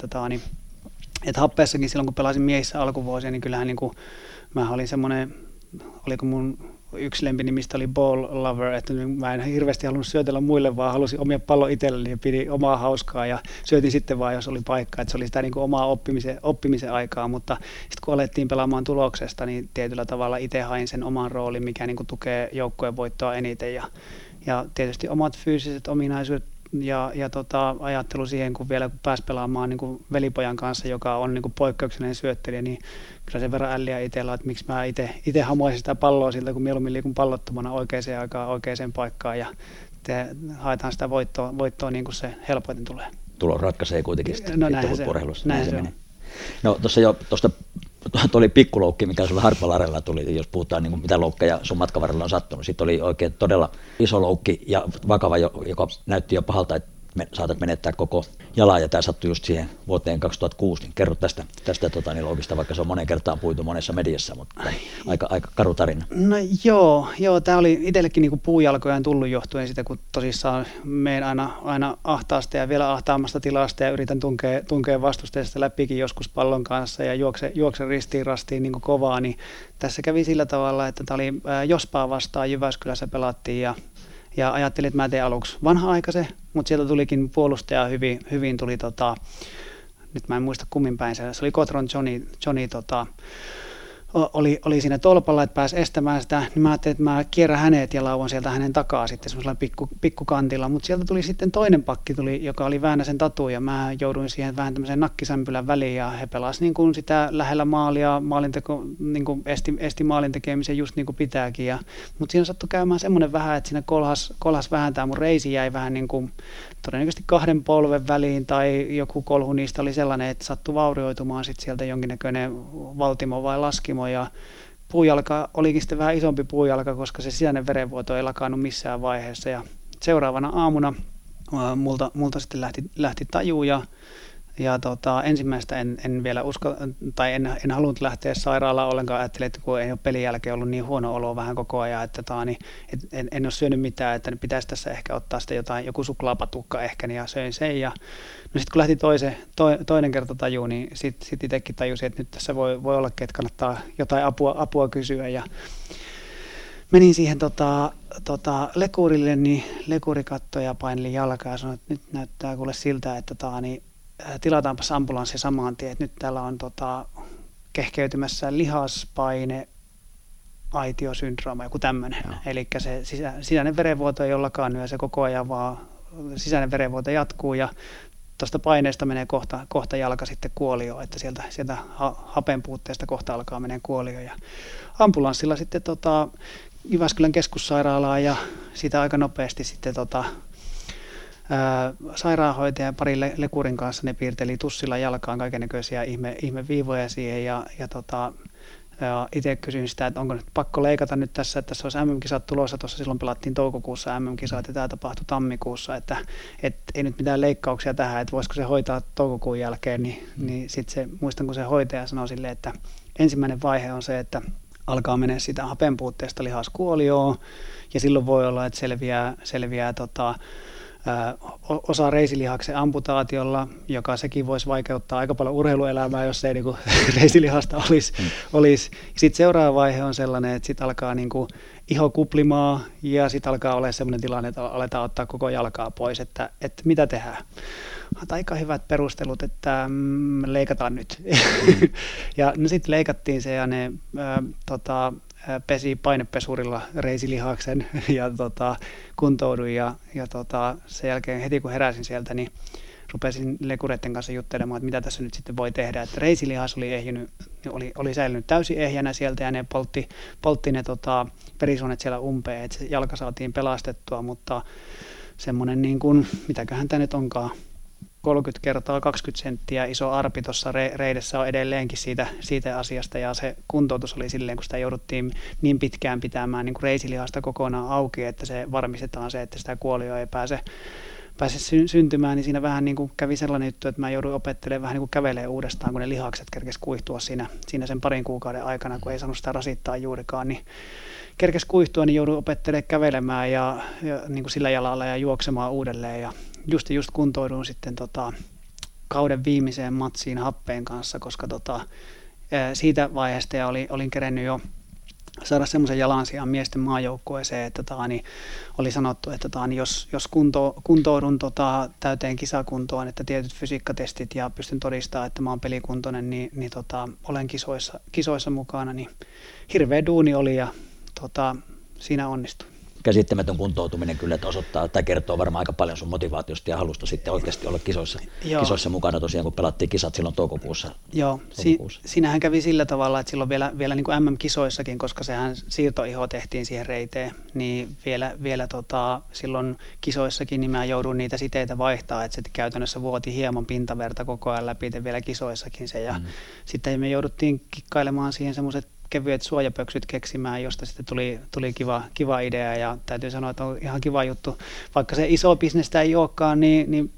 että happeessakin silloin kun pelasin miehissä alkuvuosia, niin kyllähän niin kuin, mä olin semmoinen, oliko mun yksi lempinimistä oli ball lover, että mä en hirveästi halunnut syötellä muille, vaan halusin omia pallon itselleni ja pidin omaa hauskaa ja syötin sitten vaan, jos oli paikka, että se oli sitä niin kuin omaa oppimisen aikaa, mutta sitten kun alettiin pelaamaan tuloksesta, niin tietyllä tavalla itse hain sen oman roolin, mikä niin kuin tukee joukkueen voittoa eniten ja tietysti omat fyysiset ominaisuudet ja ajattelu siihen, kun pääsi pelaamaan niin kuin velipojan kanssa, joka on niin kuin poikkeuksellinen syöttelijä, niin kyllä sen verran älliä itsellä, että miksi mä itse hamuaisin sitä palloa siltä, kun mieluummin liikun pallottomana oikeaan aikaan, oikeaan paikkaan ja haetaan sitä voittoa niin kuin se helpoiten tulee. Tulos ratkaisee kuitenkin sitten huippu-urheilussa. Näin se on. No tuosta oli pikkuloukki, mikä sulla Harpalarella tuli, jos puhutaan niin kuin mitä loukkeja sun matkan varrella on sattunut. Sitten oli oikein todella iso loukki ja vakava, joka näytti jo pahalta, että saatat menettää koko jalan, ja tämä sattui just siihen vuoteen 2006. Niin kerro tästä loukista, vaikka se on moneen kertaan puitu monessa mediassa, mutta aika karu tarina. No joo, tämä oli itsellekin niinku puujalkojen tullut johtuen sitä, kun tosissaan menen aina ahtaasta ja vielä ahtaammasta tilasta ja yritän tunkea vastustajasta läpikin joskus pallon kanssa ja juoksen ristiin rastiin niin kovaa, niin tässä kävi sillä tavalla, että tämä oli Jospaa vastaan Jyväskylässä pelattiin ja ajattelin, että mä teen aluksi vanha-aikaisen, mutta sieltä tulikin puolustaja hyvin tuli, nyt mä en muista kummin päin se oli Kotron Johnny oli siinä tolpalla, että pääsi estämään sitä, niin mä ajattelin, että mä kierrän hänet ja lauan sieltä hänen takaa sitten semmoisella pikkukantilla, mutta sieltä tuli sitten toinen pakki, joka oli Väänäsen Tatu, ja mä jouduin siihen vähän tämmöiseen nakkisämpylän väliin, ja he pelasivat niin kuin sitä lähellä maalia, maalinteko, niin kuin esti maalin tekemisen just niin kuin pitääkin, mutta siinä sattui käymään semmoinen vähän, että siinä kolhas vähän tämä mun reisi jäi vähän niin kuin todennäköisesti 2 polven väliin, tai joku kolhu niistä oli sellainen, että sattui vaurioitumaan sitten sieltä jonkinnäköinen valtimo vai laskimo, ja puujalka olikin sitten vähän isompi puujalka, koska se sisäinen verenvuoto ei lakannut missään vaiheessa, ja seuraavana aamuna multa sitten lähti taju, ja ensimmäistä en vielä tai en halunnut lähteä sairaalaan ollenkaan, ajattelin, että kun ei ole pelin jälkeen ollut niin huono olo vähän koko ajan, että en ole syönyt mitään, että pitäisi tässä ehkä ottaa sitten joku suklaapatukka ehkä, niin ja söin sen, ja no sitten kun lähti toinen kerta taju, niin sitten itsekin tajusin, että nyt tässä voi olla, että kannattaa jotain apua kysyä, ja menin siihen lekurille, niin lekuri katsoi ja paineli jalkaa ja sanoi, että nyt näyttää kuule siltä, että tilataanpas ambulanssi samaan tien, että nyt täällä on kehkeytymässä lihaspaine aitiosyndrooma, joku tämmöinen. Eli se sisäinen verenvuoto ei ollakaan nyt, ja se koko ajan vaan sisäinen verenvuoto jatkuu, ja tuosta paineesta menee kohta jalka sitten kuolioon, että sieltä hapen puutteesta kohta alkaa menee kuolioon. Ja ambulanssilla sitten Jyväskylän keskussairaalaan, ja siitä aika nopeasti sitten sairaanhoitaja ja pari lekurin kanssa ne piirteli tussilla jalkaan kaikennäköisiä ihme viivoja siihen, ja itse kysyin sitä, että onko nyt pakko leikata nyt tässä, että tässä olisi MM-kisat tulossa, tuossa silloin pelattiin toukokuussa MM-kisat ja tämä tapahtui tammikuussa, että ei nyt mitään leikkauksia tähän, että voisiko se hoitaa toukokuun jälkeen, niin sitten muistan, kun se hoitaja sanoi silleen, että ensimmäinen vaihe on se, että alkaa mennä sitä hapenpuutteesta lihaskuolioon, ja silloin voi olla, että selviää osa reisilihaksen amputaatiolla, joka sekin voisi vaikeuttaa aika paljon urheiluelämää, jos ei niinku reisilihasta olisi. Sitten seuraava vaihe on sellainen, että sitten alkaa niinku iho kuplimaan, ja sitten alkaa olla sellainen tilanne, että aletaan ottaa koko jalkaa pois, että mitä tehdään. Aika hyvät perustelut, että leikataan nyt. Ja no sitten leikattiin se, ja ne pesi painepesurilla reisilihaksen ja kuntouduin, ja sen jälkeen heti kun heräsin sieltä, niin rupesin lekureiden kanssa juttelemaan, että mitä tässä nyt sitten voi tehdä, että reisilihas oli säilynyt täysin ehjänä sieltä, ja ne poltti ne verisuonet siellä umpeen, että se jalka saatiin pelastettua, mutta semmoinen niin kuin, mitäköhän tämä nyt onkaan, 30 kertaa 20 senttiä iso arpi tuossa reidessä on edelleenkin siitä asiasta, ja se kuntoutus oli silleen, kun sitä jouduttiin niin pitkään pitämään niin kuin reisilihasta kokonaan auki, että se varmistetaan se, että sitä kuolioa ei pääse syntymään, niin siinä vähän niin kuin kävi sellainen juttu, että mä jouduin opettelemaan vähän niin kuin kävelemään uudestaan, kun ne lihakset kerkesi kuihtua siinä sen parin kuukauden aikana, kun ei saanut sitä rasittaa juurikaan, niin kerkesi kuihtua, niin jouduin opettelemaan kävelemään ja niin kuin sillä jalalla ja juoksemaan uudelleen, ja just kuntouduin sitten kauden viimeiseen matsiin happeen kanssa, koska siitä vaiheesta ja olin kerennyt jo saada semmoisen jalansijan miesten maajoukkueeseen, että oli sanottu, että jos kuntoudun täyteen kisakuntoon, että tietyt fysiikkatestit ja pystyn todistamaan, että mä oon pelikuntoinen, niin olen kisoissa mukana, niin hirveä duuni oli, ja siinä onnistui. käsittämätön kuntoutuminen kyllä, että osoittaa, tai kertoo varmaan aika paljon sun motivaatiosta ja halusta sitten oikeasti olla kisoissa mukana tosiaan, kun pelattiin kisat silloin toukokuussa. Joo, siinähän kävi sillä tavalla, että silloin vielä niin kuin MM-kisoissakin, koska sehän siirtoiho tehtiin siihen reiteen, niin vielä silloin kisoissakin niin mä jouduin niitä siteitä vaihtaa, että se käytännössä vuoti hieman pintaverta koko ajan läpi vielä kisoissakin se, ja sitten me jouduttiin kikkailemaan siihen semmoiset kevyet suojapöksyt keksimään, josta sitten tuli kiva idea, ja täytyy sanoa, että on ihan kiva juttu. Vaikka se iso bisnestä ei olekaan, niin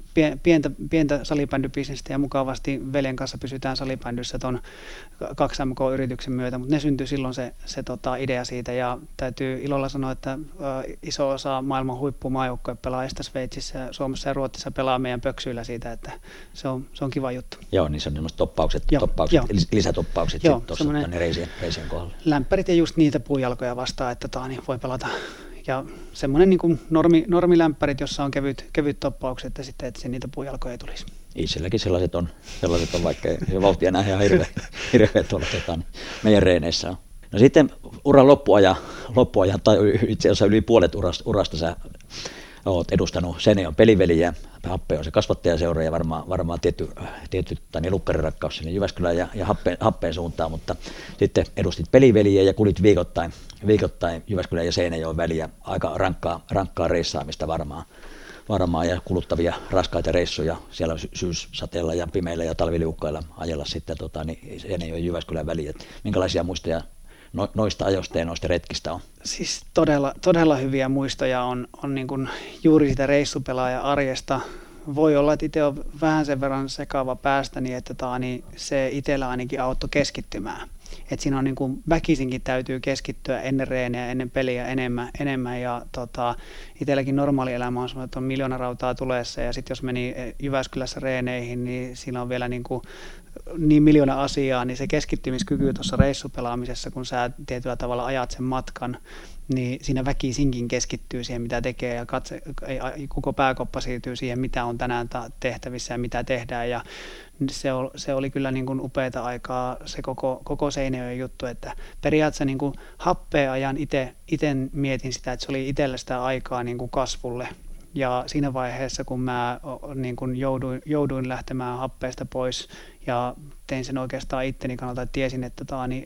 pientä salibändybisnestä, ja mukavasti veljen kanssa pysytään salibändyssä tuon 2MK-yrityksen myötä, mutta ne syntyi silloin se idea siitä, ja täytyy ilolla sanoa, että iso osa maailman huippumaajoukkoja pelaajista Sveitsissä, Suomessa ja Ruotsissa pelaa meidän pöksyillä siitä, että se on kiva juttu. Joo, niin se on semmoiset toppaukset, lisätoppaukset tuossa reisien kohdalla. Lämpärit ja just niitä puujalkoja vastaan, että niin voi pelata. Ja semmoinen niin kuin normilämpärit, jossa on kevyt toppaukset, että sitten että niitä puujalkoja ei tulisi. Itselläkin sellaiset on vaikka vauhtia nähdä ihan hirveä tuolla meidän reeneissä on. No sitten uran loppuajan tai itse asiassa yli puolet urasta sä olet edustanut Seinäjoen peliveliä. Happe on se kasvattajaseura ja varmaan tietty lukkarirakkaus sinne Jyväskylään ja Happeen suuntaan, mutta sitten edustit peliveliä ja kulit viikoittain Jyväskylän ja Seinäjoen väliä. Aika rankkaa reissaamista varmaan ja kuluttavia raskaita reissuja siellä syyssateella ja pimeillä ja talviliukkailla ajella sitten Seinäjoen ja Jyväskylän väliä. Minkälaisia muistoja noista ajoista ja noista retkistä on? Siis todella hyviä muistoja on niin kuin juuri sitä reissupelaaja-arjesta. Voi olla, että itse on vähän sen verran sekaava päästä, niin että se itsellä ainakin auttoi keskittymään. Että siinä on niin kuin väkisinkin täytyy keskittyä ennen reenejä, ennen peliä enemmän ja itselläkin normaali elämä on semmoinen, että on 1 000 000 rautaa tuleessa, ja sitten jos meni Jyväskylässä reeneihin, niin siinä on vielä niin 1 000 000 asiaa, niin se keskittymiskyky tuossa reissupelaamisessa, kun sä tietyllä tavalla ajat sen matkan, niin siinä väkisinkin keskittyy siihen, mitä tekee, ja koko pääkoppa siirtyy siihen, mitä on tänään tehtävissä ja mitä tehdään, ja se oli kyllä niin kuin upeata aikaa se koko Seinäjoen juttu, että periaatteessa niin kuin Happea ajan itse mietin sitä, että se oli itsellä sitä aikaa niin kuin kasvulle, ja siinä vaiheessa, kun mä niin kuin jouduin lähtemään Happeesta pois ja tein sen oikeastaan itteni kannalta, että tiesin, että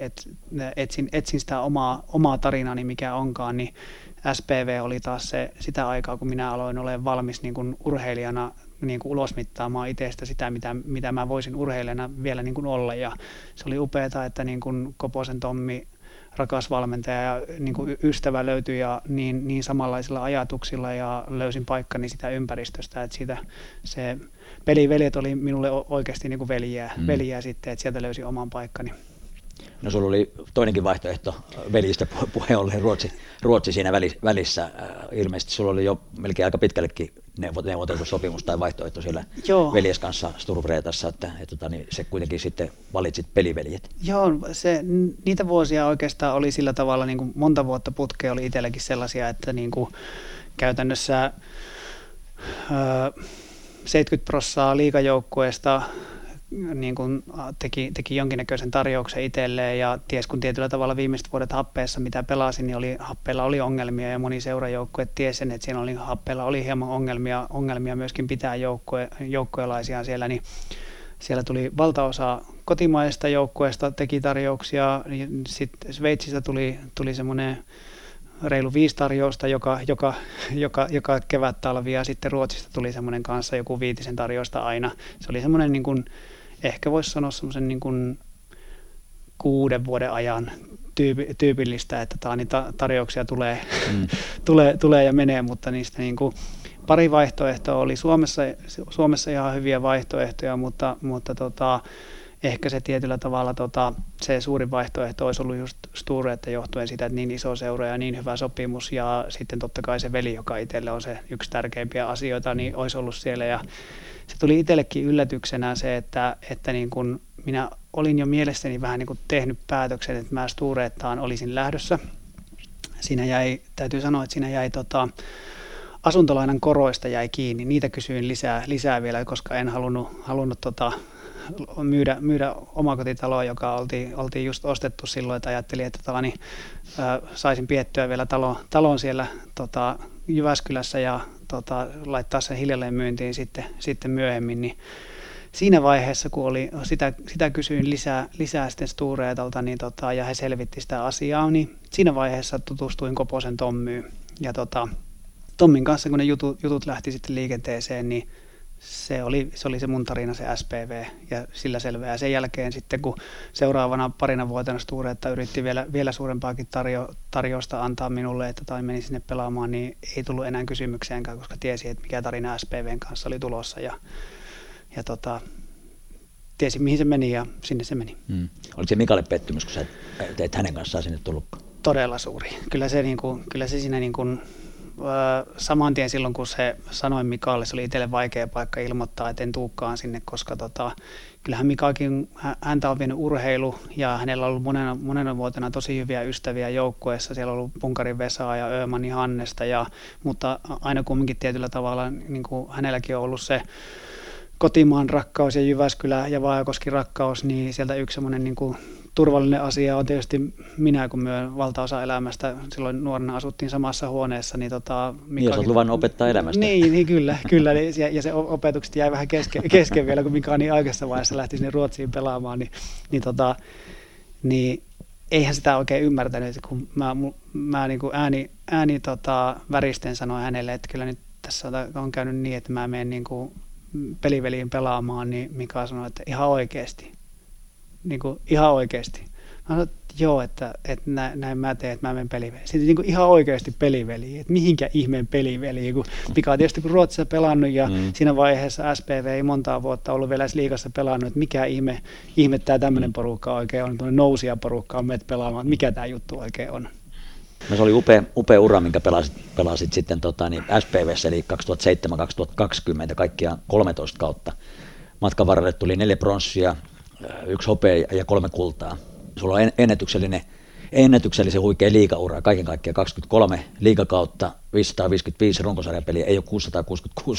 etsin sitä omaa tarinani, mikä onkaan, niin SPV oli taas sitä aikaa, kun minä aloin olemaan valmis niin kuin urheilijana niin kuin ulosmittaamaan itsestä sitä, mitä mä voisin urheilijana vielä niin kuin olla, ja se oli upeaa, että niin kuin Koposen Tommi, rakas valmentaja ja niin kuin ystävä löytyi ja niin samanlaisilla ajatuksilla, ja löysin paikkani sitä ympäristöstä, että siitä se peliveljet oli minulle oikeasti niin kuin veljiä sitten, että sieltä löysin oman paikkani. No sulla oli toinenkin vaihtoehto veljistä puheen ollen Ruotsi siinä välissä. Ilmeisesti sulla oli jo melkein aika pitkällekin neuvoteltu sopimus tai vaihtoehto siellä veljes kanssa Sturvreetassa, että niin se kuitenkin sitten valitsit peliveljet. Joo, niitä vuosia oikeastaan oli sillä tavalla, niin kuin monta vuotta putkea oli itselläkin sellaisia, että niin kuin käytännössä 70% liigajoukkueesta niin kuin teki jonkinnäköisen tarjouksen itselleen, ja ties kun tietyllä tavalla viimeiset vuodet Happeessa, mitä pelasin, niin Happeella oli ongelmia, ja moni seurajoukkue tiesi sen, että siinä Happeella oli hieman ongelmia myöskin pitää joukkuelaisiaan siellä, niin siellä tuli valtaosa kotimaista joukkueesta, teki tarjouksia, sitten Sveitsissä tuli semmoinen reilu 5 tarjousta joka kevät-talvi, ja sitten Ruotsista tuli semmoinen kanssa joku 5 tarjousta aina. Se oli semmoinen, niin kuin, ehkä voisi sanoa semmoisen niin kuin 6 vuoden ajan tyypillistä, että tarjouksia tulee ja menee, mutta niistä niin kuin pari vaihtoehtoa oli Suomessa ihan hyviä vaihtoehtoja, mutta ehkä se tietyllä tavalla se suurin vaihtoehto olisi ollut just Sturetta johtuen siitä, että niin iso seura ja niin hyvä sopimus, ja sitten totta kai se veli, joka itselle on se yksi tärkeimpiä asioita, niin olisi ollut siellä, ja se tuli itsellekin yllätyksenä se, että niin kun minä olin jo mielessäni vähän niin kuin tehnyt päätöksen, että mä Sturettaan olisin lähdössä. Täytyy sanoa, että siinä jäi asuntolainan koroista jäi kiinni, niitä kysyin lisää vielä, koska en halunnut myydä omakotitaloa, joka oltiin just ostettu silloin, että ajattelin, että saisin piettyä vielä talon siellä Jyväskylässä ja laittaa sen hiljalleen myyntiin sitten myöhemmin, niin siinä vaiheessa, kun sitä kysyin lisää sitten Stureetalta, niin ja he selvitti sitä asiaa, niin siinä vaiheessa tutustuin Koposen Tommyyn. Ja Tommin kanssa, kun ne jutut lähti sitten liikenteeseen, niin se oli se mun tarina, se SPV, ja sillä selvää. Ja sen jälkeen sitten, kun seuraavana parina vuotena Stureetta yritti vielä suurempaakin tarjousta antaa minulle, että menin sinne pelaamaan, niin ei tullut enää kysymykseenkään, koska tiesi, että mikä tarina SPVn kanssa oli tulossa. Ja tiesi, mihin se meni, ja sinne se meni. Oliko se Mikalle pettymys, kun sä et hänen kanssaan sinne tullut? Todella suuri. Kyllä se siinä saman tien silloin, kun se sanoi Mikalle, se oli itselle vaikea paikka ilmoittaa, että en tuukaan sinne, koska kyllähän Mikakin, häntä on vienyt urheilu, ja hänellä on ollut monena vuotena tosi hyviä ystäviä joukkueessa. Siellä on ollut Punkarin Vesaa ja Öhmani Hannesta, mutta aina kumminkin tietyllä tavalla niin kuin hänelläkin on ollut se kotimaan rakkaus ja Jyväskylä ja Vaajakoski rakkaus, niin sieltä yksi semmoinen niin kuin turvallinen asia on tietysti minä, kun myön valtaosa elämästä. Silloin nuorena asuttiin samassa huoneessa. Niin Mika olet luvannut opettaa elämästä. Niin kyllä. Ja se opetukset jäi vähän kesken vielä, kun Mika niin aikaisessa vaiheessa lähti sinne Ruotsiin pelaamaan. Niin eihän sitä oikein ymmärtänyt, kun mä niin kuin ääni väristen sanoin hänelle, että kyllä nyt tässä on käynyt niin, että mä menen niin kuin peliveliin pelaamaan, niin Mika sanoi, että ihan oikeasti. Niin kuin ihan oikeasti. Mä sanoin, että joo, että näin mä teen, että mä menen peliveliin. Sitten niin kuin ihan oikeasti peliveliin, että mihinkä ihmeen peliveliin, kun Mika on tietysti Ruotsissa pelannut ja siinä vaiheessa SPV ei montaa vuotta ollut vielä edes liigassa pelannut, että mikä ihme tämä tämmöinen porukka oikein on, tuonne nousija-porukka on meidät pelaamaan, että mikä tämä juttu oikein on. No se oli upea ura, minkä pelasit sitten SPV:ssä, eli 2007-2020, kaikkiaan 13 kautta. Matkan varrelle tuli 4 pronssia, 1 hopea ja 3 kultaa. Sulla on ennätyksellisen huikea liigaura, kaiken kaikkiaan 23 liigakautta, 555 runkosarjapeliä, ei ole 666,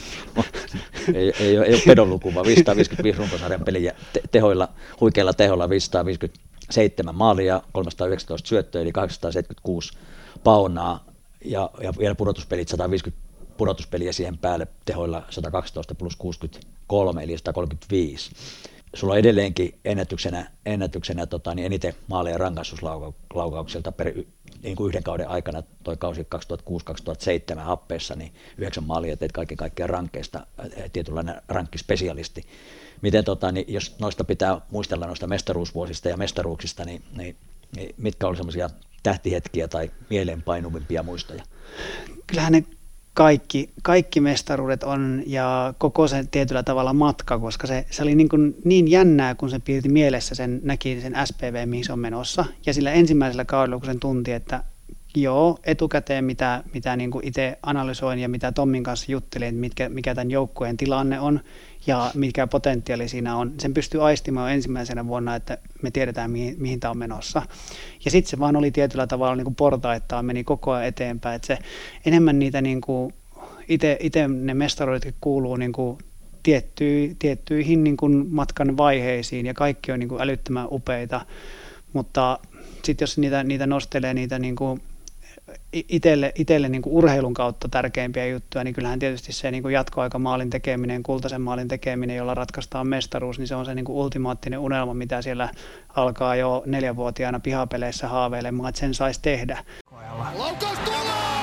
ei ole pedon luku, vaan 555 runkosarjapeliä huikeilla tehoilla 557 maalia, 319 syöttöä, eli 876 paunaa, ja vielä pudotuspelit 150 pudotuspeliä siihen päälle tehoilla 112 plus 63, eli 135. Sulla on edelleenkin ennätyksenä eniten maaleja rangaistuslaukauksilta niin kuin yhden kauden aikana, toi kausi 2006-2007 Happeessa, niin 9 maalia teit kaiken kaikkiaan rankkeista, tietynlainen rankkispesialisti. Miten jos noista pitää muistella noista mestaruusvuosista ja mestaruuksista, niin mitkä oli semmoisia tähtihetkiä tai mieleenpainuvimpia muistoja? Kyllähän ne kaikki mestaruudet on ja koko se tietyllä tavalla matka, koska se oli niin jännää, kun se piirti mielessä, näki sen SPV, mihin se on menossa. Ja sillä ensimmäisellä kaudella, kun sen tunti, että joo, etukäteen mitä niin kuin itse analysoin ja mitä Tommin kanssa juttelin, että mikä tämän joukkueen tilanne on ja mikä potentiaali siinä on. Sen pystyy aistimaan ensimmäisenä vuonna, että me tiedetään, mihin tämä on menossa. Ja sitten se vaan oli tietyllä tavalla niin kuin portaittain, meni koko ajan eteenpäin. Että se enemmän niitä niin kuin itse ne mestaruudetkin kuuluu niin kuin tiettyihin niin kuin matkan vaiheisiin ja kaikki on niin kuin älyttömän upeita. Mutta sitten jos niitä nostelee niitä niin kuin itselle niin kuin urheilun kautta tärkeimpiä juttuja, niin kyllähän tietysti se niin kuin jatkoaikamaalin tekeminen, kultaisen maalin tekeminen, jolla ratkaistaan mestaruus, niin se on se niin kuin ultimaattinen unelma, mitä siellä alkaa jo 4-vuotiaana pihapeleissä haaveilemaan, että sen saisi tehdä. Laukaus tulee!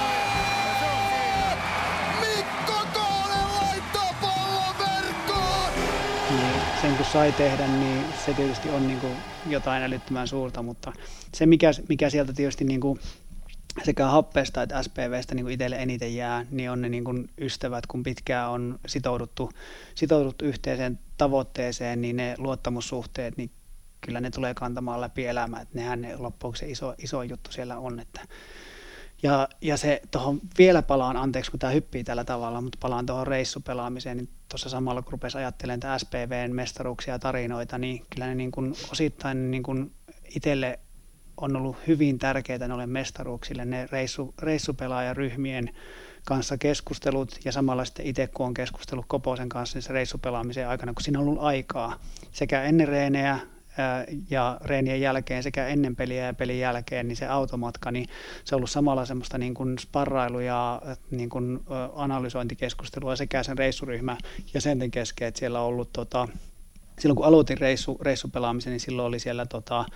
Mikko Koonen laittaa pallon verkkoon! Niin sen kun sai tehdä, niin se tietysti on niin kuin jotain älyttömän suurta, mutta se mikä sieltä tietysti niin kuin sekä Happeesta että SPVstä niin kuin itselle eniten jää, niin on ne niin kuin ystävät, kun pitkään on sitouduttu yhteiseen tavoitteeseen, niin ne luottamussuhteet, niin kyllä ne tulee kantamaan läpi elämää, että nehän ne loppujen se iso juttu siellä on. Ja se tuohon vielä palaan, anteeksi kun tämä hyppii tällä tavalla, mutta palaan tuohon reissupelaamiseen, niin tuossa samalla kun rupesi ajattelemaan tämä SPVn mestaruuksia ja tarinoita, niin kyllä ne niin kuin osittain niin kuin itselle on ollut hyvin tärkeitä noille mestaruuksille, ne reissupelaajaryhmien kanssa keskustelut ja samalla sitten itse kun on keskustellut Koposen kanssa niin se reissupelaamisen aikana, kun siinä on ollut aikaa sekä ennen reenejä ja reenien jälkeen sekä ennen peliä ja pelin jälkeen, niin se automatka, niin se on ollut samalla semmoista niin kuin sparrailu- ja niin kuin analysointikeskustelua sekä sen reissuryhmän jäsenten kesken, että siellä on ollut silloin kun aloitin reissupelaamisen, niin silloin oli siellä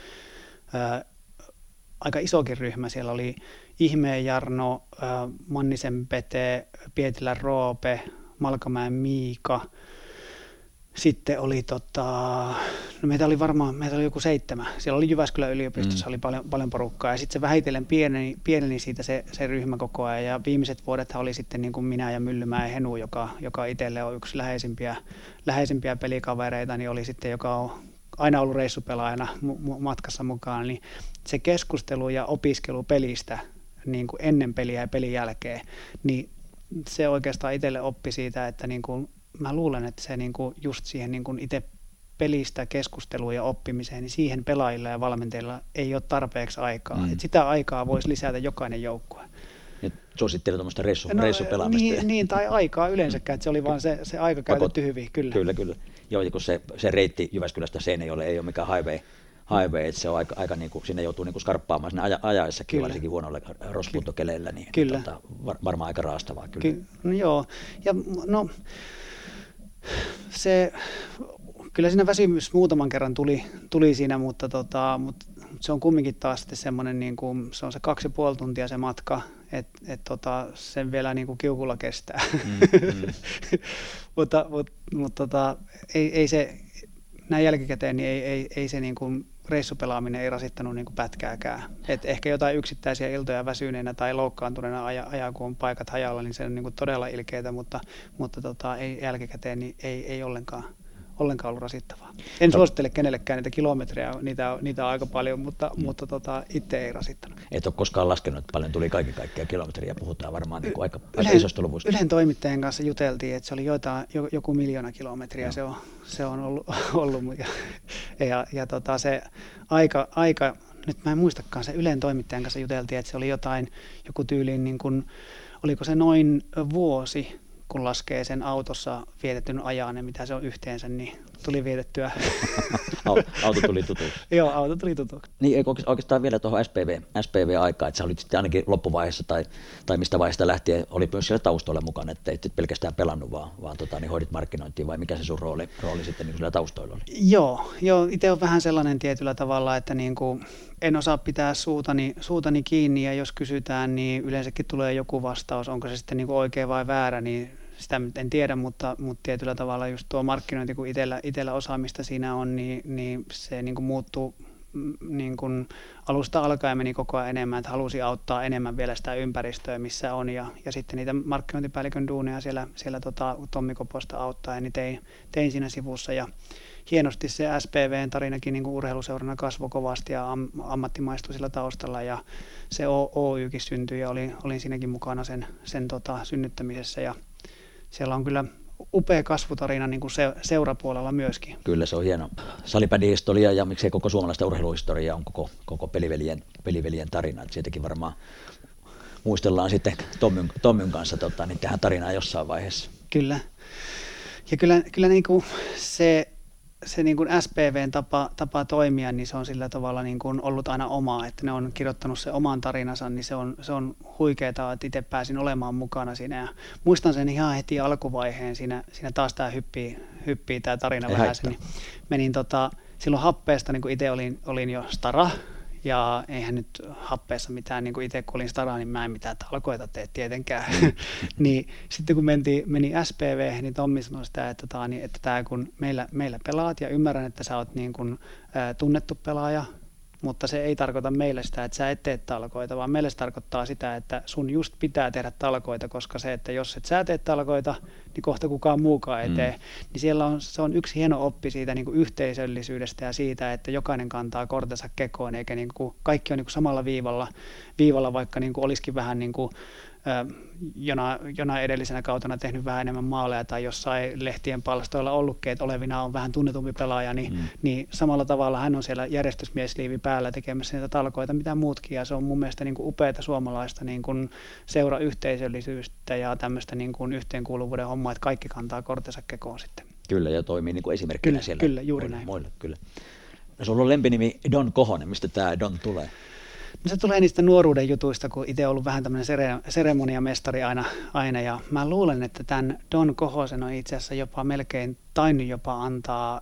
aika isokin ryhmä. Siellä oli Ihmeen Jarno, Mannisen Pete, Pietilän Roope, Malkamäen Miika. Sitten oli, no meitä oli joku 7. Siellä oli Jyväskylän yliopistossa oli paljon porukkaa ja sitten se vähitellen pieneni siitä se ryhmä koko ajan. Ja viimeiset vuodethan oli sitten niin kuin minä ja Myllymäen Henu, joka itselle on yksi läheisimpiä pelikavereita, niin oli sitten, joka on aina ollut reissupelaajana matkassa mukaan, niin se keskustelu ja opiskelu pelistä niin kuin ennen peliä ja pelin jälkeen, niin se oikeastaan itselle oppi siitä, että niin kuin mä luulen, että se niin kuin just siihen niin kuin itse pelistä keskusteluun ja oppimiseen, niin siihen pelaajilla ja valmentajilla ei ole tarpeeksi aikaa. Että sitä aikaa voisi lisätä jokainen joukkue. Suosittelen tuommoista reissupelaamista. Niin, tai aikaa yleensäkään, että se oli vaan se aika käytetty hyvin, kyllä. Kyllä. Joo, ja kun se reitti Jyväskylästä Seinäjoelle ei ole mikään highway, että se on aika niin kuin, sinne joutuu niin kuin skarppaamaan sinne ajaessakin, varsinkin huonoilla rospuuttokeleillä, niin varmaan aika raastavaa kyllä. No joo, ja no kyllä siinä väsymys muutaman kerran tuli siinä, mutta se on kumminkin taas sitten semmoinen, niin kuin, se on se 2,5 tuntia se matka, että sen vielä niin kuin kiukulla kestää. mutta ei se, näin jälkikäteen, niin ei se niin kuin reissupelaaminen ei rasittanut niin kuin pätkääkään. Et ehkä jotain yksittäisiä iltoja väsyneenä tai loukkaantuneena ajaa, kun on paikat hajalla, niin se on niin kuin todella ilkeitä, mutta ei jälkikäteen niin ei ollenkaan ollut rasittavaa. En suosittele kenellekään niitä kilometrejä, niitä on aika paljon, mutta itse ei rasittanut. Et ole koskaan laskenut, että paljon tuli kaiken kaikkiaan kilometriä, puhutaan varmaan niin kuin aika isosta luvusta. Ylen toimittajan kanssa juteltiin, että se oli joku 1 000 000 kilometriä, se on ollut ja se aika, nyt mä en muistakaan, se Ylen toimittajan kanssa juteltiin, että se oli joku tyyliin, niin kuin, oliko se noin vuosi, kun laskee sen autossa vietetyn ajan ja mitä se on yhteensä, niin tuli vietettyä. Auto tuli tutuksi. Joo, auto tuli tutuksi. Niin oikeastaan vielä tuohon SPV-aikaan, että sä olit sitten ainakin loppuvaiheessa tai mistä vaiheesta lähtien oli myös siellä taustoilla mukana, että et pelkästään pelannut, vaan niin hoidit markkinointia vai mikä se sun rooli sitten niin siellä taustoilla oli? Joo, itse on vähän sellainen tietyllä tavalla, että niin kuin en osaa pitää suutani kiinni ja jos kysytään, niin yleensäkin tulee joku vastaus, onko se sitten niin kuin oikea vai väärä, niin sitä en tiedä, mutta tietyllä tavalla just tuo markkinointi, kun itsellä osaamista siinä on, niin se niin kuin muuttuu niin kuin alusta alkaen meni koko ajan enemmän, että halusi auttaa enemmän vielä sitä ympäristöä, missä on ja sitten niitä markkinointipäällikön duuneja siellä Tommi Koposta auttaa, niin tein siinä sivussa ja hienosti se SPVn tarinakin niin kuin urheiluseurana kasvoi kovasti ja ammattimaistui sillä taustalla ja se Oykin syntyi ja olin siinäkin mukana sen synnyttämisessä ja siellä on kyllä upea kasvutarina niin kuin seurapuolella myöskin. Kyllä se on hieno salibändihistoria ja miksei koko suomalaista urheiluhistoria on koko peliveljen tarina. Et siitäkin varmaan muistellaan sitten Tommyn kanssa niin tähän tarinaan jossain vaiheessa. Kyllä. Ja kyllä niin kuin se niin kuin SPVn tapa toimia, niin se on sillä tavalla niin kuin ollut aina omaa, että ne on kirjoittanut se oman tarinansa, niin se on huikeaa, että itse pääsin olemaan mukana siinä. Ja muistan sen ihan heti alkuvaiheen, siinä taas tämä hyppii tämä tarina vähän, niin menin silloin happeesta, niin kuin itse olin jo stara, ja eihän nyt happeessa mitään, niin kuin itse kun olin stara, niin mä en mitään talkoita tee tietenkään. Niin sitten kun meni SPV, niin Tommi sanoi sitä, että tämä kun meillä pelaat ja ymmärrän, että sä oot niin kuin, tunnettu pelaaja, mutta se ei tarkoita meille sitä, että sä et tee talkoita, vaan meille se tarkoittaa sitä, että sun just pitää tehdä talkoita, koska se, että jos et sä tee talkoita, niin kohta kukaan muukaan ei tee. Niin se on yksi hieno oppi siitä niin kuin yhteisöllisyydestä ja siitä, että jokainen kantaa kortensa kekoon, eikä niin kuin, kaikki on niin kuin samalla viivalla vaikka niin kuin olisikin vähän niin kuin jona edellisenä kautena tehnyt vähän enemmän maaleja tai jossain lehtien palstoilla ollutkin, että olevina on vähän tunnetumpi pelaaja, niin samalla tavalla hän on siellä järjestysmiesliivi päällä tekemässä niitä talkoita, mitä muutkin, ja se on mun mielestä niin kuin upeata suomalaista niin kuin seurayhteisöllisyyttä ja tämmöistä niin kuin yhteenkuuluvuuden hommaa, että kaikki kantaa kortensa kekoon sitten. Kyllä, ja toimii niin kuin esimerkkinä siellä. Kyllä, juuri näin. Muille, kyllä. No, sulla on lempinimi Don Kohonen. Mistä tämä Don tulee? No, se tulee niistä nuoruuden jutuista, kun itse ollut vähän tämmöinen seremoniamestari aina, ja mä luulen, että tämän Don Kohosen on itse asiassa jopa melkein tainnut jopa antaa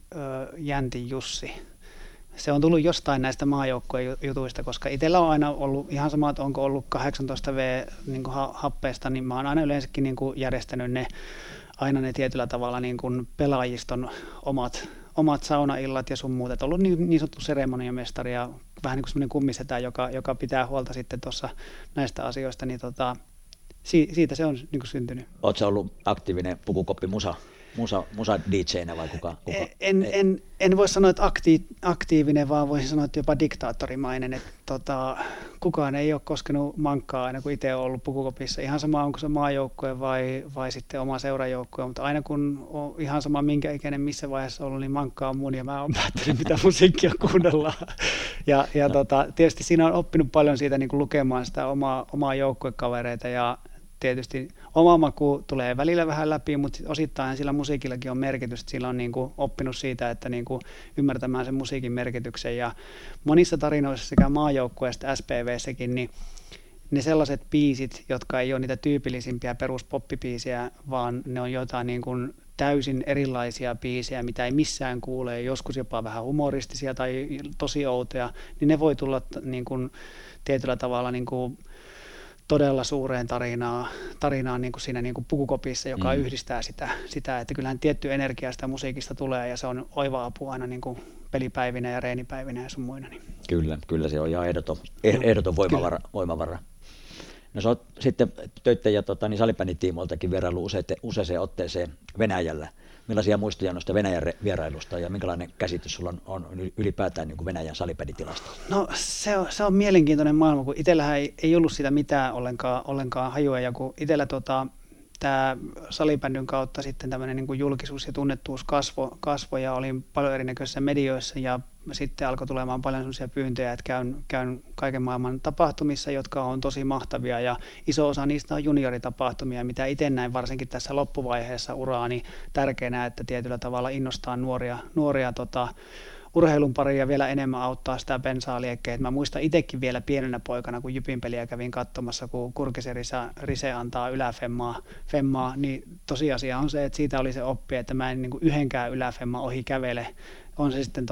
Jäntin Jussi. Se on tullut jostain näistä maajoukkueen jutuista, koska itsellä on aina ollut ihan sama, että onko ollut 18V niin kuin happeesta, niin mä oon aina yleensäkin niin kuin järjestänyt aina ne tietyllä tavalla niin kuin pelaajiston omat saunaillat ja sun muut, että ollut niin sanottu seremoniamestari ja vähän niin kuin semmoinen kummisetä, joka pitää huolta sitten tuossa näistä asioista, niin siitä se on niin kuin syntynyt. Oletko sä ollut aktiivinen Pukukoppi musa DJ:nä vai kuka? En voi sanoa, että aktiivinen, vaan voisin sanoa, että jopa diktaattorimainen. Että kukaan ei ole koskenut mankkaa aina, kun itse on ollut Pukukopissa. Ihan sama, onko se maajoukkue vai sitten oma seurajoukkue, mutta aina kun on ihan sama minkä ikäinen missä vaiheessa ollut, niin mankkaa on mun ja mä oon päättänyt, mitä musiikkia kuunnellaan. Ja tietysti siinä on oppinut paljon siitä niin kuin lukemaan sitä omaa joukkuekavereita ja tietysti oma maku tulee välillä vähän läpi, mutta osittain sillä musiikillakin on merkitys. Sillä on niin kuin oppinut siitä, että niin kuin ymmärtämään sen musiikin merkityksen. Ja monissa tarinoissa sekä maajoukkueesta SPVssäkin, niin ne sellaiset biisit, jotka ei ole niitä tyypillisimpiä peruspoppibiisejä, vaan ne on jotain niin kuin täysin erilaisia biisejä, mitä ei missään kuule, joskus jopa vähän humoristisia tai tosi outoja, niin ne voi tulla niin kuin tietyllä tavalla niin kuin todella suureen tarinaan niin kuin siinä niin kuin Pukukopissa, joka yhdistää sitä, että kyllähän tietty energia sitä musiikista tulee ja se on oiva apu aina niin kuin pelipäivinä ja reenipäivinä ja sun muina. Niin. Kyllä se on ihan ehdoton voimavara. No sä oot sitten töitten ja salibändin tiimoiltakin vierailu useaseen otteeseen Venäjällä. Millaisia muistoja noista Venäjän vierailusta ja minkälainen käsitys sulla on ylipäätään niin kuin Venäjän salibänditilasta? No se on mielenkiintoinen maailma, kun itsellähän ei ollut sitä mitään ollenkaan hajua, ja kun itsellä tämä salibändyn kautta sitten tämmöinen niin kuin julkisuus ja tunnettuus kasvoi ja olin paljon erinäköisissä medioissa ja sitten alkoi tulemaan paljon sellaisia pyyntöjä, että käyn kaiken maailman tapahtumissa, jotka on tosi mahtavia ja iso osa niistä on junioritapahtumia, mitä itse näin varsinkin tässä loppuvaiheessa uraani tärkeänä, että tietyllä tavalla innostaa nuoria urheilun pariin ja vielä enemmän auttaa sitä bensaa liekkeen. Mä muistan itsekin vielä pienenä poikana, kun Jypin peliä kävin katsomassa, kun Kurkisen Rise antaa yläfemmaa, niin tosiasia on se, että siitä oli se oppi, että mä en niin kuin yhdenkään yläfemman ohi kävele. On se sitten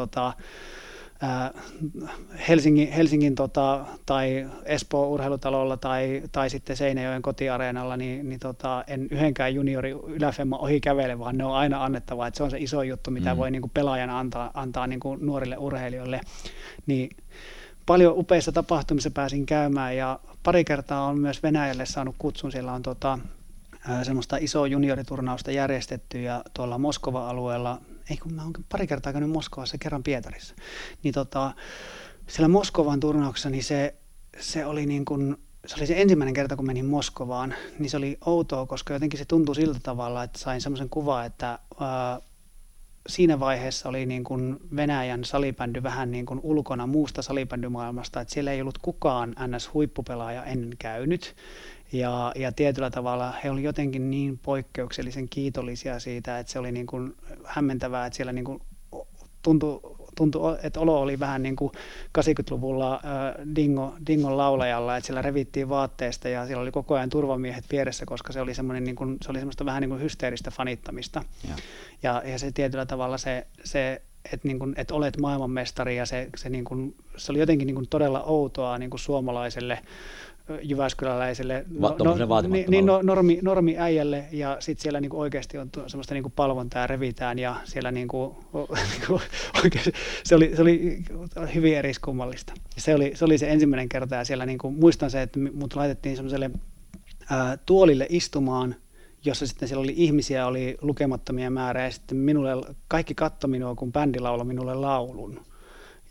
Helsingin tai Espoon urheilutalolla tai sitten Seinäjoen kotiareenalla, niin en yhdenkään juniori yläfemman ohi kävele, vaan ne on aina annettava, että se on se iso juttu, mitä voi niin kuin pelaajana antaa niin kuin nuorille urheilijoille. Niin paljon upeissa tapahtumissa pääsin käymään ja pari kertaa on myös Venäjälle saanut kutsun, siellä on semmoista isoa junioriturnausta järjestetty ja tuolla Moskova-alueella, mä oon pari kertaa käynyt Moskovassa, kerran Pietarissa, niin siellä Moskovan turnauksessa niin se oli niin kuin, se oli se ensimmäinen kerta, kun menin Moskovaan, niin se oli outoa, koska jotenkin se tuntui siltä tavalla, että sain semmoisen kuvan, että siinä vaiheessa oli niin kuin Venäjän salibändy vähän niin kuin ulkona muusta salibändymaailmasta, että siellä ei ollut kukaan NS-huippupelaaja ennen käynyt. Ja tietyllä tavalla he olivat jotenkin niin poikkeuksellisen kiitollisia siitä, että se oli niin kuin hämmentävää, että siellä niin kuin tuntui, että olo oli vähän niin kuin 80-luvulla Dingon laulajalla, että siellä revittiin vaatteesta ja siellä oli koko ajan turvamiehet vieressä, koska se oli semmoinen niin kuin, se oli semmoista vähän niin kuin hysteeristä fanittamista. Ja se tietyllä tavalla se että niin kuin, että olet maailmanmestari ja se niin kuin, se oli jotenkin niin kuin todella outoa niin kuin suomalaiselle jyväskyläläiselle normi-äijälle ja sitten siellä niinku oikeasti on semmoista niinku palvontaa ja revitään ja siellä niinku oikeasti, se oli hyvin eriskummallista. Se oli se ensimmäinen kerta ja siellä niinku, muistan se, että mut laitettiin semmoiselle tuolille istumaan, jossa sitten siellä oli ihmisiä, oli lukemattomia määrää ja sitten kaikki katsoi minua, kun bändi lauloi minulle laulun.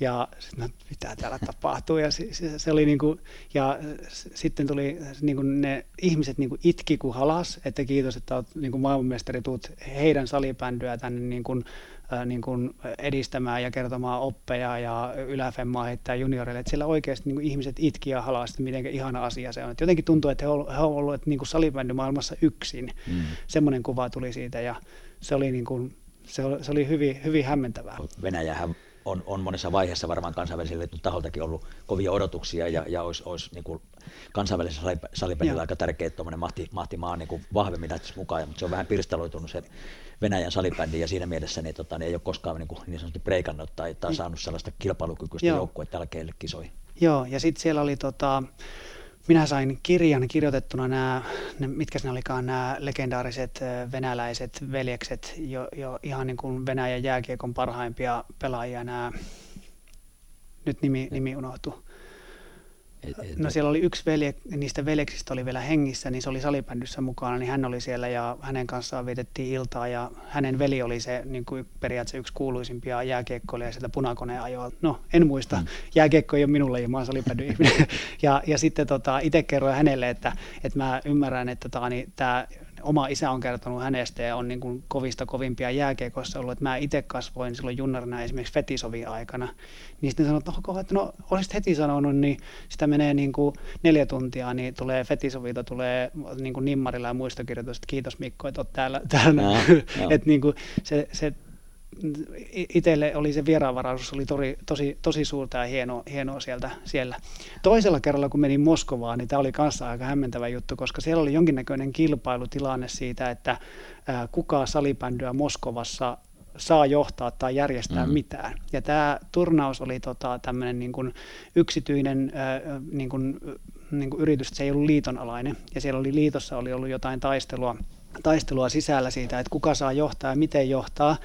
Ja sitten mitä täällä tapahtuu. Ja se oli niin kuin, ja sitten tuli niin kuin ne ihmiset niin kuin itki kuin halas, että kiitos, että olet niin kuin maailmanmestari, tuut heidän salibändyä tänne niin kuin edistämään ja kertomaan oppeja ja yläfemmaa heittää junioreille. Että siellä oikeasti niin kuin ihmiset itki ja halas, että miten ihana asia se on. Et jotenkin tuntuu, että he ovat olleet niin kuin salibändymaailmassa yksin. Semmoinen kuva tuli siitä ja se oli, niin kuin, se oli hyvin, hyvin hämmentävää. Venäjähän on monessa vaiheessa varmaan kansainväliselle taholtakin ollut kovia odotuksia ja olisi niin kuin kansainvälisessä salibändillä aika tärkeä, että tuommoinen mahtimaa niin kuin vahvemmin lähtisi mukaan, mutta se on vähän pirstaloitunut se Venäjän salibändi ja siinä mielessä niin ei ole koskaan niin sanotusti breikannut tai saanut sellaista kilpailukykyistä joukkuetta jälkeen kisoihin. Joo, ja sitten siellä oli minä sain kirjan kirjoitettuna mitkä ne olikaan nämä legendaariset venäläiset veljekset, jo ihan niin kuin Venäjän jääkiekon parhaimpia pelaajia nyt nimi unohtui. No siellä oli yksi niistä veljeksistä oli vielä hengissä, niin se oli salibändyssä mukana, niin hän oli siellä ja hänen kanssaan vietettiin iltaa ja hänen veli oli se niin kuin periaatteessa yksi kuuluisimpia jääkiekkoilija sieltä Punakoneen ajoilta. No en muista, jääkiekko ei ole minulle ja mä oon salibändy ihminen. Ja sitten itse kerroin hänelle, että mä ymmärrän, että tämä oma isä on kertonut hänestä ja on niin kuin kovimpia jääkiekossa ollut, että mä itse kasvoin silloin junnarina esimerkiksi Fetisovin aikana. Niin sitten sanoin, että no olisit heti sanonut, niin sitä menee niin kuin 4 tuntia, niin tulee Fetisovilta, tulee niin kuin nimmarilla ja muistokirjoitus, että kiitos Mikko, että olet täällä. Että niin kuin se itselle oli se vieraanvaraisuus, oli tosi suurta ja hienoa siellä. Toisella kerralla, kun menin Moskovaan, niin tämä oli kanssa aika hämmentävä juttu, koska siellä oli jonkinnäköinen kilpailutilanne siitä, että kuka salibändyä Moskovassa saa johtaa tai järjestää mitään. Ja tämä turnaus oli tämmöinen niin kuin yksityinen niin kuin yritys, että se ei ollut liiton alainen. Ja siellä liitossa oli ollut jotain taistelua sisällä siitä, että kuka saa johtaa ja miten johtaa.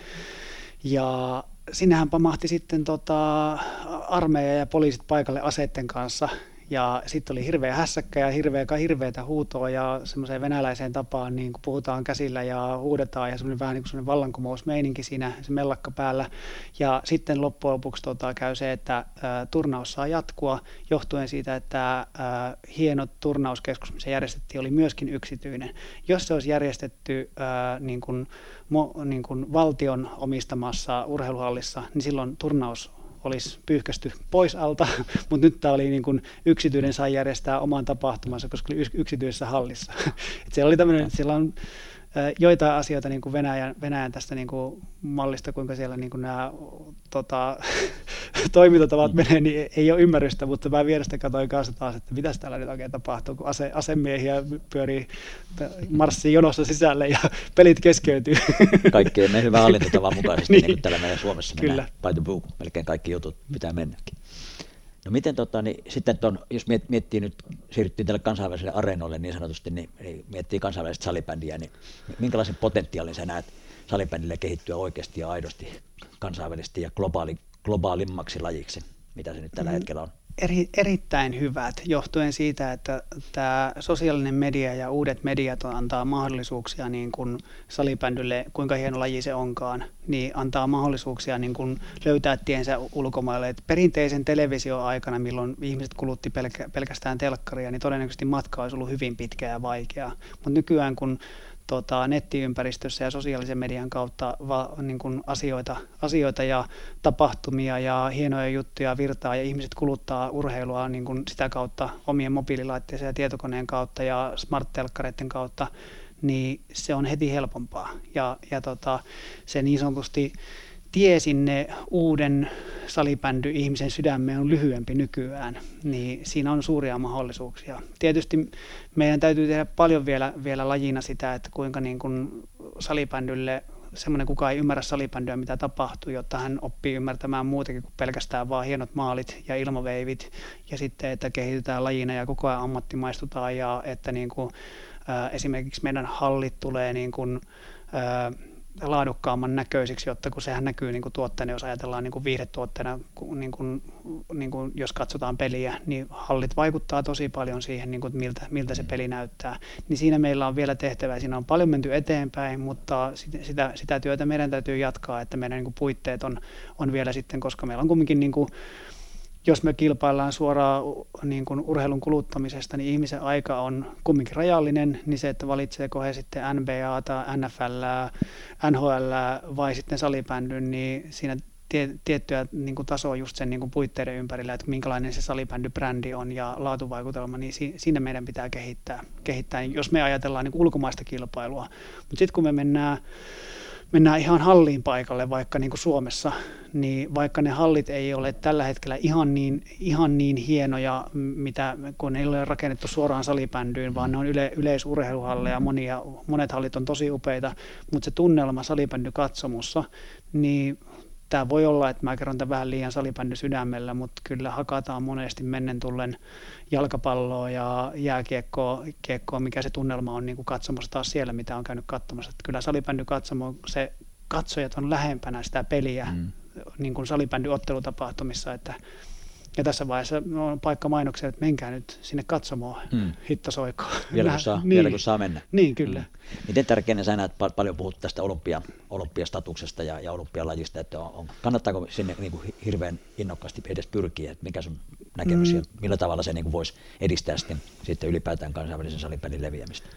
Ja sinnehän pamahti sitten armeija ja poliisit paikalle aseitten kanssa. Ja sitten oli hirveä hässäkkä ja hirveätä huutoa ja semmoiseen venäläiseen tapaan, niin kun puhutaan käsillä ja huudetaan ja semmoinen vähän niin kuin semmoinen vallankumousmeininki siinä, se mellakka päällä. Ja sitten loppujen lopuksi käy se, että turnaus saa jatkua johtuen siitä, että hieno turnauskeskus, missä järjestettiin, oli myöskin yksityinen. Jos se olisi järjestetty niin kuin valtion omistamassa urheiluhallissa, niin silloin turnaus olisi pyyhkästy pois alta, mutta nyt tämä oli niin kuin yksityinen sai järjestää oman tapahtumansa, koska oli yksityisessä hallissa. Siellä on joitain asioita niin kuin Venäjän tästä niin kuin mallista, kuinka siellä niin kuin nämä toimintatavat menee, niin ei ole ymmärrystä, mutta mä vierestä katsoin kanssa taas, että mitäs täällä nyt oikein tapahtuu, kun asemiehiä pyörii marssiin jonossa sisälle ja pelit keskeytyy. Kaikki menee hyvän hallintotavan mukaisesti, niin kuin täällä meidän Suomessa mennään by the book, melkein kaikki jutut pitää mennäkin. No miten sitten jos miettii nyt, siirryttiin tälle kansainväliselle areenoille niin sanotusti, niin miettii kansainvälistä salibändiä, niin minkälaisen potentiaalin sä näet salibändille kehittyä oikeasti ja aidosti kansainvälisesti ja globaalimmaksi lajiksi, mitä se nyt tällä hetkellä on? Erittäin hyvät, johtuen siitä, että tämä sosiaalinen media ja uudet mediat antaa mahdollisuuksia niin kuin salibändylle, kuinka hieno laji se onkaan, niin antaa mahdollisuuksia niin kuin löytää tiensä ulkomaille. Et perinteisen televisioaikana, milloin ihmiset kulutti pelkästään telkkaria, niin todennäköisesti matka olisi ollut hyvin pitkä ja vaikea. Mutta nykyään, kun nettiympäristössä ja sosiaalisen median kautta niin kuin asioita ja tapahtumia ja hienoja juttuja virtaa ja ihmiset kuluttaa urheilua niin kuin sitä kautta omien mobiililaitteiden ja tietokoneen kautta ja smart-telkkareiden kautta, niin se on heti helpompaa. Ja se niin sanotusti tie sinne uuden salibändy-ihmisen sydämeen on lyhyempi nykyään, niin siinä on suuria mahdollisuuksia. Tietysti meidän täytyy tehdä paljon vielä lajina sitä, että kuinka niin kuin salibändylle semmoinen, kuka ei ymmärrä salibändyä, mitä tapahtuu, jotta hän oppii ymmärtämään muutakin kuin pelkästään vaan hienot maalit ja ilmaveivit, ja sitten, että kehitytään lajina ja koko ajan ammattimaistutaan, ja että niin kuin, esimerkiksi meidän hallit tulee niin kuin, laadukkaamman näköisiksi, jotta kun sehän näkyy niin kuin tuotteena, jos ajatellaan niin kuin viihdetuotteena, niin kuin jos katsotaan peliä, niin hallit vaikuttaa tosi paljon siihen, niin kuin miltä se peli näyttää. Niin siinä meillä on vielä tehtävää, siinä on paljon menty eteenpäin, mutta sitä työtä meidän täytyy jatkaa, että meidän niin kuin puitteet on vielä sitten, koska meillä on kumminkin niin kuin, jos me kilpaillaan suoraan niin kuin urheilun kuluttamisesta, niin ihmisen aika on kumminkin rajallinen, niin se, että valitseeko he sitten NBA:ta, NFL:ää, NHL:ää vai sitten salibändyn, niin siinä tiettyä niin kuin tasoa just sen niin kuin puitteiden ympärillä, että minkälainen se salibändybrändi on ja laatuvaikutelma, niin siinä meidän pitää kehittää jos me ajatellaan niin kuin ulkomaista kilpailua. Mutta sitten kun me mennään ihan halliin paikalle, vaikka niin kuin Suomessa, niin vaikka ne hallit ei ole tällä hetkellä ihan niin hienoja, kun ne ei ole rakennettu suoraan salibändyyn, vaan ne on yleisurheiluhalleja, monet hallit on tosi upeita, mutta se tunnelma salibändykatsomussa, niin tämä voi olla, että mä kerron tämän vähän liian salibändy sydämellä, mutta kyllä hakataan monesti mennen tullen jalkapalloa ja jääkiekkoa, mikä se tunnelma on niin kuin katsomassa taas siellä, mitä on käynyt katsomassa. Että kyllä salibändykatsomo, se katsojat on lähempänä sitä peliä niin kuin salibändyottelutapahtumissa, ja tässä vaiheessa on paikka mainoksia, että menkää nyt sinne katsomoon, hitto soikoon. Vielä kun saa mennä. Niin, kyllä. Miten tärkeänä sä näet, paljon puhut tästä olympiastatuksesta ja olympialajista, että kannattaako sinne niin kuin hirveän innokkaasti edes pyrkiä, että mikä sun näkemys ja millä tavalla se niin kuin voisi edistää sitten ylipäätään kansainvälisen salibändin leviämistä?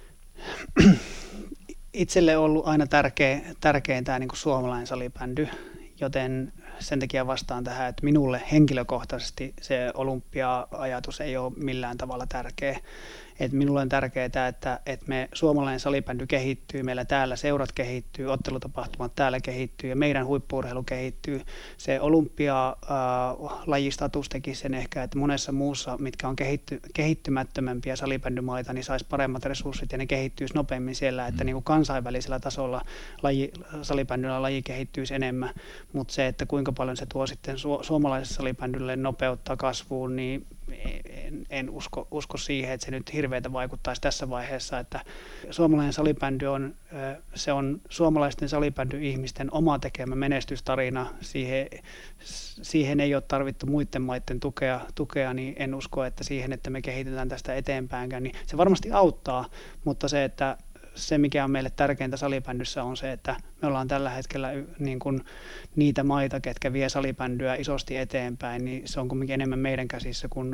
Itselle on ollut aina tärkein tämä niin kuin suomalainen salibändy, joten sen takia vastaan tähän, että minulle henkilökohtaisesti se olympia-ajatus ei ole millään tavalla tärkeä. Et minulle on tärkeää, että me suomalainen salibändy kehittyy, meillä täällä seurat kehittyy, ottelutapahtumat täällä kehittyy ja meidän huippu-urheilu kehittyy. Se olympialajistatus teki sen ehkä, että monessa muussa, mitkä on kehittymättömämpiä salibändymaita, niin saisi paremmat resurssit ja ne kehittyisi nopeammin siellä, että niin kuin kansainvälisellä tasolla salibändyllä laji kehittyisi enemmän. Mutta se, että kuinka paljon se tuo sitten suomalaiselle salibändylle nopeuttaa kasvuun, niin en usko siihen, että se nyt hirveätä vaikuttaisi tässä vaiheessa, että suomalainen salibändy on suomalaisten salibändy-ihmisten oma tekemä menestystarina. Siihen ei ole tarvittu muiden maiden tukea, niin en usko, että siihen, että me kehitetään tästä eteenpäinkään, niin se varmasti auttaa, mutta se, mikä on meille tärkeintä salibändyssä, on se, että me ollaan tällä hetkellä niin kuin niitä maita, ketkä vie salibändyä isosti eteenpäin, niin se on kuitenkin enemmän meidän käsissä kuin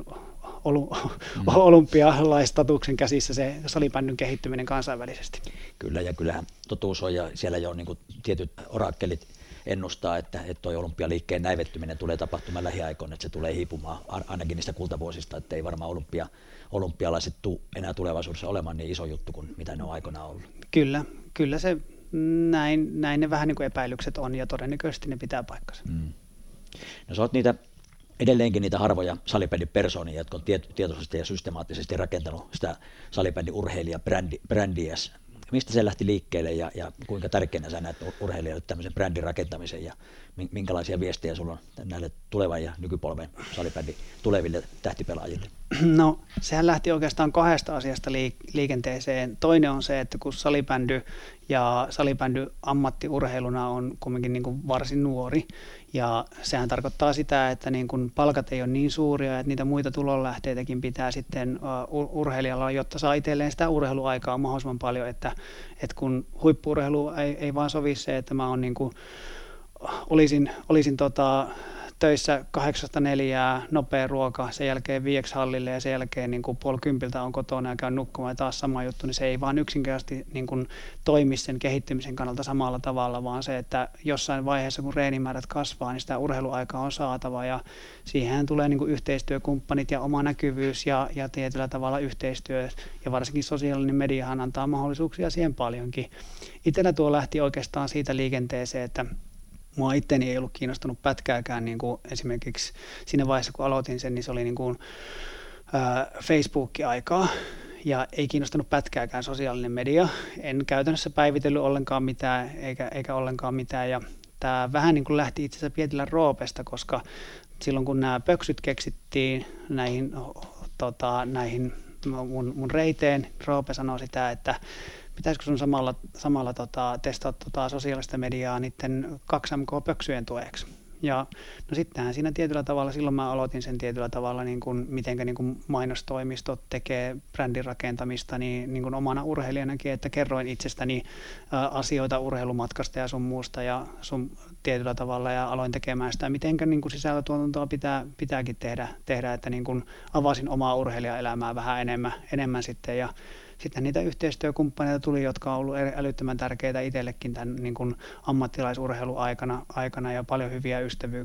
olympialaistatuksen käsissä se salibändyn kehittyminen kansainvälisesti. Kyllä, ja kyllähän totuus on, ja siellä jo niin kuin tietyt orakkelit ennustaa, että tuo olympialiikkeen näivettyminen tulee tapahtumaan lähiaikoina, että se tulee hiipumaan ainakin niistä kultavuosista, että ei varmaan olympialaiset tule enää tulevaisuudessa olemaan niin iso juttu kuin mitä ne on aikoinaan ollut. Kyllä se näin ne vähän niin kuin epäilykset on ja todennäköisesti ne pitää paikkansa. No sä oot edelleenkin niitä harvoja salibändin persoonia, jotka on tietoisesti ja systemaattisesti rakentanut sitä salibändin urheilijabrändiä. Mistä se lähti liikkeelle ja kuinka tärkeänä sä näet urheilijalle tämmöisen brändin rakentamisen ja minkälaisia viestejä sulla on näille tulevan ja nykypolven salibändin tuleville tähtipelaajille? No sehän lähti oikeastaan kahdesta asiasta liikenteeseen. Toinen on se, että kun salibändy ja salibändy ammattiurheiluna on kuitenkin niin kuin varsin nuori ja sehän tarkoittaa sitä, että niin kuin palkat ei ole niin suuria, että niitä muita tulonlähteitäkin pitää sitten urheilijalla, jotta saa itselleen sitä urheiluaikaa mahdollisimman paljon, että kun huippu-urheilu ei vaan sovi se, että mä on niin kuin, olisin töissä 8-4, nopea ruoka, sen jälkeen 5 hallille ja sen jälkeen niin kuin 9:30 on kotona ja käyn nukkumaan ja taas sama juttu, niin se ei vaan yksinkertaisesti niin kuin toimi sen kehittymisen kannalta samalla tavalla, vaan se, että jossain vaiheessa kun reenimäärät kasvaa, niin sitä urheiluaikaa on saatava ja siihen tulee niin kuin yhteistyökumppanit ja oma näkyvyys ja tietyllä tavalla yhteistyö ja varsinkin sosiaalinen mediahan antaa mahdollisuuksia siihen paljonkin. Itsellä tuo lähti oikeastaan siitä liikenteeseen, että mua itteni ei ollut kiinnostunut pätkääkään, niin kuin esimerkiksi siinä vaiheessa, kun aloitin sen, niin se oli niin kuin Facebook-aikaa ja ei kiinnostanut pätkääkään sosiaalinen media. En käytännössä päivitellyt ollenkaan mitään eikä ollenkaan mitään ja tämä vähän niin kuin lähti itse asiassa Pietilän Roopesta, koska silloin kun nämä pöksyt keksittiin näihin mun reiteen, Roope sanoi sitä, että pitäisikö sun samalla testata sosiaalista mediaa niiden 2MK-pöksyjen tueksi. Ja no sittenhän siinä tietyllä tavalla, silloin mä aloitin sen tietyllä tavalla, niin kuin, mitenkä niin kuin mainostoimistot tekee brändin rakentamista niin kuin omana urheilijanakin, että kerroin itsestäni asioita urheilumatkasta ja sun muusta ja sun tietyllä tavalla ja aloin tekemään sitä, mitenkä niin kuin sisältötuotantoa pitääkin tehdä, että niin kuin avasin omaa urheilijaelämää vähän enemmän sitten ja sitten niitä yhteistyökumppaneita tuli, jotka on ollut älyttömän tärkeitä itsellekin tämän niin kuin ammattilaisurheilun aikana ja paljon hyviä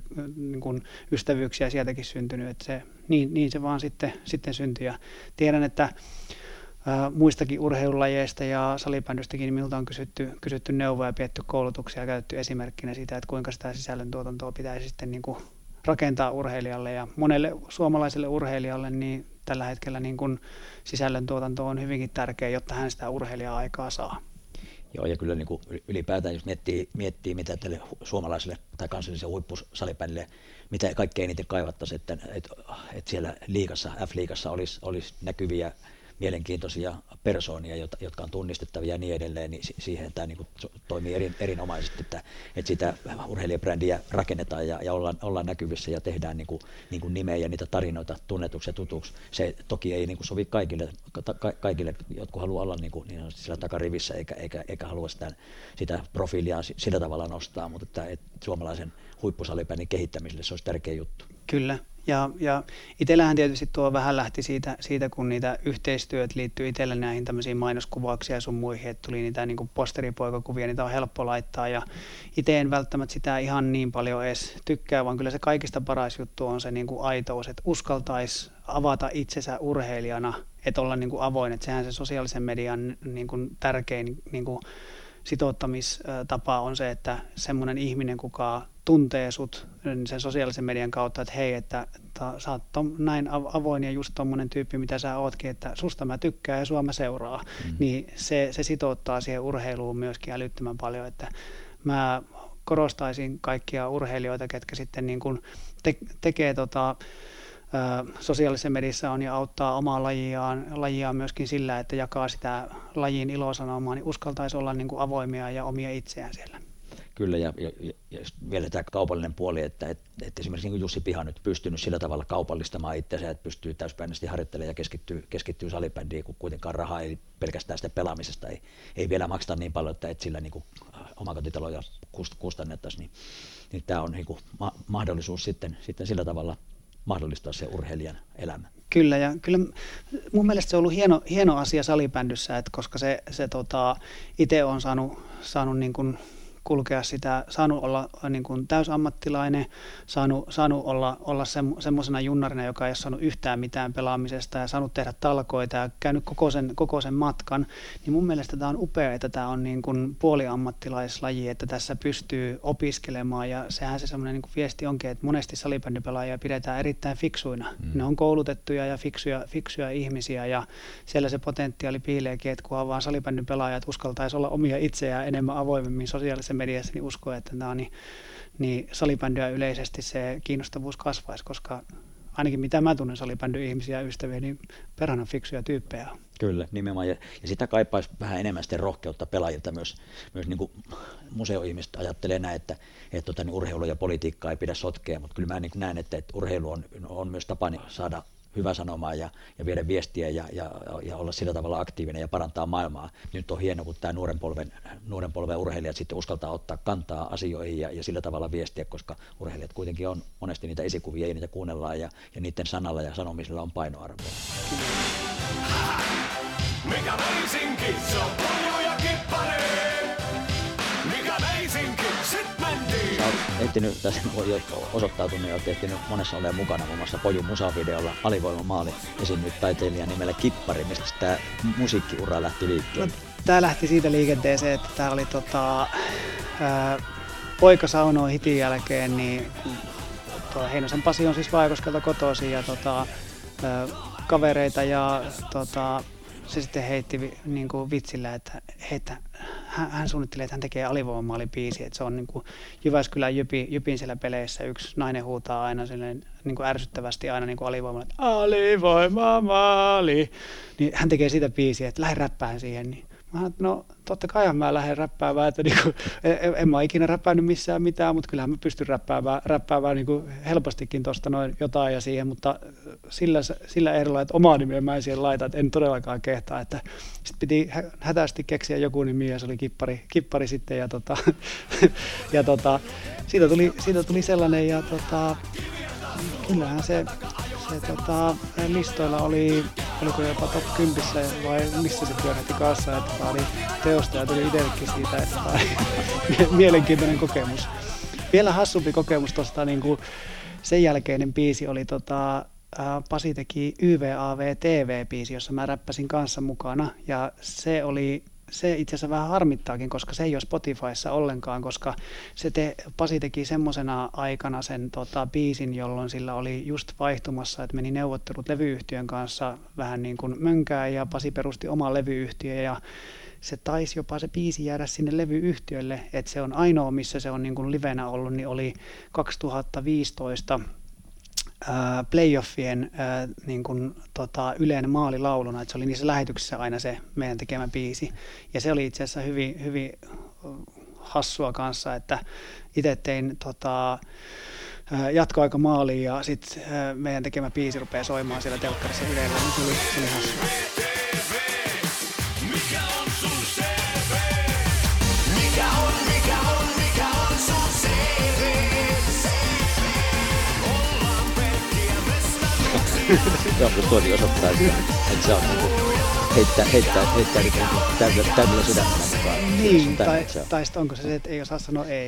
ystävyyksiä sieltäkin syntynyt, että niin se vaan sitten syntyi. Ja tiedän, että muistakin urheilulajeista ja salibändystäkin niin minulta on kysytty neuvoja ja pidetty koulutuksia ja käytetty esimerkkinä siitä, että kuinka sitä sisällöntuotantoa pitäisi sitten niin kuin rakentaa urheilijalle ja monelle suomalaiselle urheilijalle niin tällä hetkellä niin kuin sisällöntuotanto on hyvinkin tärkeä, jotta hän sitä urheilija-aikaa saa. Joo, ja kyllä niin kuin ylipäätään, jos miettii mitä tälle suomalaiselle tai kansalliselle huippusalibändille, mitä kaikkein eniten kaivattaisiin, että siellä liigassa, F-liigassa olisi näkyviä, mielenkiintoisia persoonia, jotka on tunnistettavia ja niin edelleen, niin siihen tämä niin toimii erinomaisesti, että sitä urheilijabrändiä rakennetaan ja ollaan näkyvissä ja tehdään niin kuin nimeä ja niitä tarinoita tunnetuksi ja tutuksi. Se toki ei niin kuin sovi kaikille, jotka haluaa olla niin siellä takarivissä eikä halua sitä profiilia sillä tavalla nostaa, mutta että suomalaisen huippusalibändin kehittämiselle se olisi tärkeä juttu. Kyllä. Ja itsellähän tietysti tuo vähän lähti siitä, kun niitä yhteistyöt liittyy itselle näihin tämmöisiin mainoskuvauksiin ja sun muihin, että tuli niitä niin kuin posteripoikakuvia, niitä on helppo laittaa ja itse en välttämättä sitä ihan niin paljon edes tykkää, vaan kyllä se kaikista paras juttu on se niin kuin aitous, että uskaltaisi avata itsensä urheilijana, että olla niin kuin avoin, että sehän se sosiaalisen median niin kuin tärkein niin kuin sitouttamistapa on se, että semmoinen ihminen, kuka tuntee sut sen sosiaalisen median kautta, että hei, että sä oot näin avoin ja just tommonen tyyppi, mitä sä ootkin, että susta mä tykkään ja sua mä seuraa, niin se sitouttaa siihen urheiluun myöskin älyttömän paljon, että mä korostaisin kaikkia urheilijoita, ketkä sitten niin kuin tekee sosiaalisessa mediassa on ja auttaa omaa lajiaan myöskin sillä, että jakaa sitä lajin ilosanomaa, niin uskaltaisi olla niin kuin avoimia ja omia itseään siellä. Kyllä, ja vielä tämä kaupallinen puoli, että esimerkiksi niin kuin Jussi Piha nyt pystynyt sillä tavalla kaupallistamaan itseänsä, että pystyy täyspäiväisesti harjoittelemaan ja keskittyy salibändiin, kun kuitenkaan rahaa ei pelkästään sitä pelaamisesta ei vielä makseta niin paljon, että sillä niin kuin omakotitaloja kustannettaisiin, niin tämä on niin kuin mahdollisuus sitten sillä tavalla mahdollistaa se urheilijan elämä. Kyllä, ja kyllä mun mielestä se on ollut hieno asia salibändyssä, että koska se itse on saanut niin kuin kulkea sitä, saanut olla niin kuin täysammattilainen, saanut olla semmoisena junnarina, joka ei ole saanut yhtään mitään pelaamisesta ja saanut tehdä talkoita ja käynyt koko sen matkan, niin mun mielestä tämä on upea, että tämä on niin kuin puoliammattilaislaji, että tässä pystyy opiskelemaan ja sehän se semmoinen niin kuin viesti onkin, että monesti salibändipelaajia pidetään erittäin fiksuina. Ne on koulutettuja ja fiksuja ihmisiä ja siellä se potentiaali piileekin, että kunhan vaan salibändipelaajat uskaltaisi olla omia itseään enemmän avoimemmin sosiaalisessa mediassa, niin uskon, että niin salibändyä yleisesti se kiinnostavuus kasvaisi, koska ainakin mitä mä tunnen salibändy-ihmisiä ja ystäviä, niin perhana fiksuja tyyppejä. Kyllä, nimenomaan. Ja sitä kaipaisi vähän enemmän sitten rohkeutta pelaajilta myös niin kuin museoihmiset ajattelee näin, että niin urheilu ja politiikkaa ei pidä sotkea, mutta kyllä mä niin näen, että urheilu on myös tapa saada hyvä sanomaa ja viedä viestiä ja olla sillä tavalla aktiivinen ja parantaa maailmaa. Nyt on hienoa, kun tämä nuoren polven urheilijat sitten uskaltaa ottaa kantaa asioihin ja sillä tavalla viestiä, koska urheilijat kuitenkin on monesti niitä esikuvia ja niitä kuunnellaan ja niiden sanalla ja sanomisella on painoarvoa. Mikä meisinki, se on Poju ja Kippanen. Mikä meisinki, sit mentiin. Sä oot ehtinyt, tässä on osoittautunut ja oot ehtinyt monessa olemaan mukana, muun muassa Pojun musavideolla Alivoimamaali esiinnyt taiteilija nimellä Kippari, mistä tämä musiikkiura lähti liikkeelle. Tämä lähti siitä liikenteeseen, että tämä oli poika saunoi hitin jälkeen, niin Heinosen Pasi on siis Vaikoskelta kotoisin ja kavereita ja se sitten heitti niin kuin vitsillä, että hän suunnittelee, että hän tekee alivoimamaalibiisiä, että se on niin kuin Jyväskylän Jypin siellä peleissä yksi nainen huutaa aina silleen, niin kuin ärsyttävästi aina niin kuin alivoimalla, että alivoimamaali, niin hän tekee siitä biisiä, että lähde räppään siihen, niin No totta kai mä lähden räppäämään, että niinku, en mä ikinä räppäänyt missään mitään, mutta kyllähän mä pystyn räppäämään niinku helpostikin tuosta noin jotain ja siihen, mutta sillä ehdolla, että omaa nimeä mä en siihen laita, että en todellakaan kehtaa, että sitten piti hätäisesti keksiä joku nimi ja se oli kippari sitten ja, siitä tuli sellainen ja kyllähän se listoilla oliko jopa top 10 vai missä se pyörähti kanssa, että tämä oli teosta ja tuli itsellekin siitä, että tämä oli mielenkiintoinen kokemus. Vielä hassumpi kokemus tuosta niin kuin sen jälkeinen biisi oli Pasi teki YVAV TV-biisi, jossa mä räppäsin kanssa mukana ja se itse asiassa vähän harmittaakin, koska se ei ole Spotifyssa ollenkaan, koska Pasi teki semmoisena aikana sen biisin, jolloin sillä oli just vaihtumassa, että meni neuvottelut levyyhtiön kanssa vähän niin kuin mönkään ja Pasi perusti oman levyyhtiön ja se taisi jopa se biisi jäädä sinne levyyhtiölle, että se on ainoa, missä se on niin kuin livenä ollut, niin oli 2015 playoffien niin kuin, Ylen maalilauluna, että se oli niissä lähetyksissä aina se meidän tekemä biisi. Ja se oli itse asiassa hyvin, hyvin hassua kanssa, että itse tein jatkoaika maaliin ja sitten meidän tekemä biisi rupeaa soimaan siellä telkkarissa Ylellä, niin se oli hassua. Joo, mutta tuokin osoittaa, että se on heittää täydellä sydämellä mukaan. Niin, tai sitten onko se, että ei osaa sanoa ei.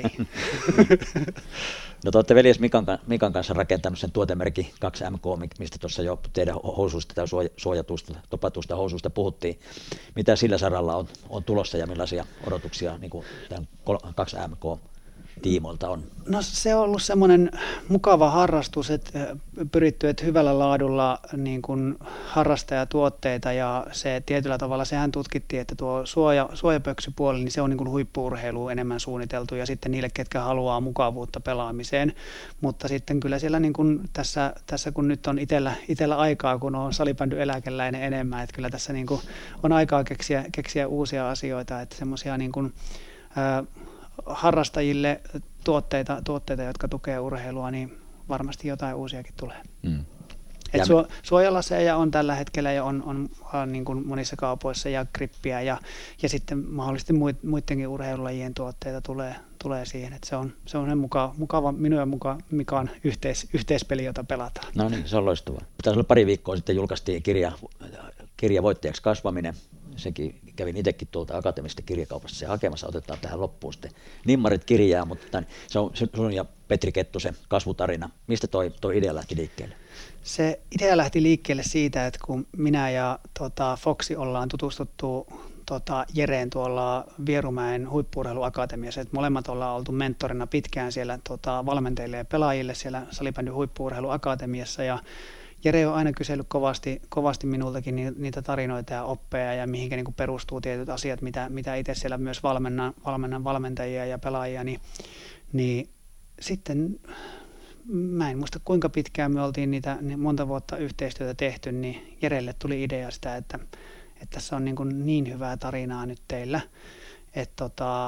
No te olette veljes Mikan kanssa rakentanut sen tuotemerkki 2MK, mistä tuossa jo teidän housuista tai suojatusta, topatusta housuista puhuttiin. Mitä sillä saralla on tulossa ja millaisia odotuksia niin kuin tämän 2MK tiimoilta on? No se on ollut semmoinen mukava harrastus, että pyritty, että hyvällä laadulla niin kuin harrastajatuotteita ja se tietyllä tavalla sehän tutkittiin, että tuo suojapöksypuoli, niin se on niin kuin huippu-urheiluun enemmän suunniteltu ja sitten niille, ketkä haluaa mukavuutta pelaamiseen, mutta sitten kyllä siellä niin kuin tässä kun nyt on itsellä aikaa, kun on salibändy eläkeläinen enemmän, että kyllä tässä niin kuin on aikaa keksiä uusia asioita, että semmoisia niin kuin harrastajille tuotteita, jotka tukee urheilua, niin varmasti jotain uusiakin tulee. Suojalaseja on tällä hetkellä ja on niin kuin monissa kaupoissa ja grippiä ja sitten mahdollisesti muidenkin urheilulajien tuotteita tulee siihen. Että se on mukava minun ja Mikan yhteispeli, jota pelataan. No niin, se on loistavaa. Taisi olla pari viikkoa sitten julkaistiin kirja Voittajaksi kasvaminen. Sekin kävin itsekin tuolta akateemisesta kirjakaupasta se hakemassa, otetaan tähän loppuun sitten Nimmarit kirjaa, mutta se on sun ja Petri Kettusen kasvutarina. Mistä toi idea lähti liikkeelle? Se idea lähti liikkeelle siitä, että kun minä ja Foxi ollaan tutustuttu Jereen tuolla Vierumäen huippu-urheiluakatemiassa, että molemmat ollaan oltu mentorina pitkään siellä valmentajille ja pelaajille siellä salibändyn huippu-urheiluakatemiassa ja Jere on aina kysellyt kovasti minultakin niitä tarinoita ja oppeja ja mihinkä niin kuin perustuu tietyt asiat, mitä itse siellä myös valmennan valmentajia ja pelaajia, niin sitten mä en muista kuinka pitkään me oltiin niitä monta vuotta yhteistyötä tehty, niin Jerelle tuli idea sitä, että tässä on niin hyvää tarinaa nyt teillä, että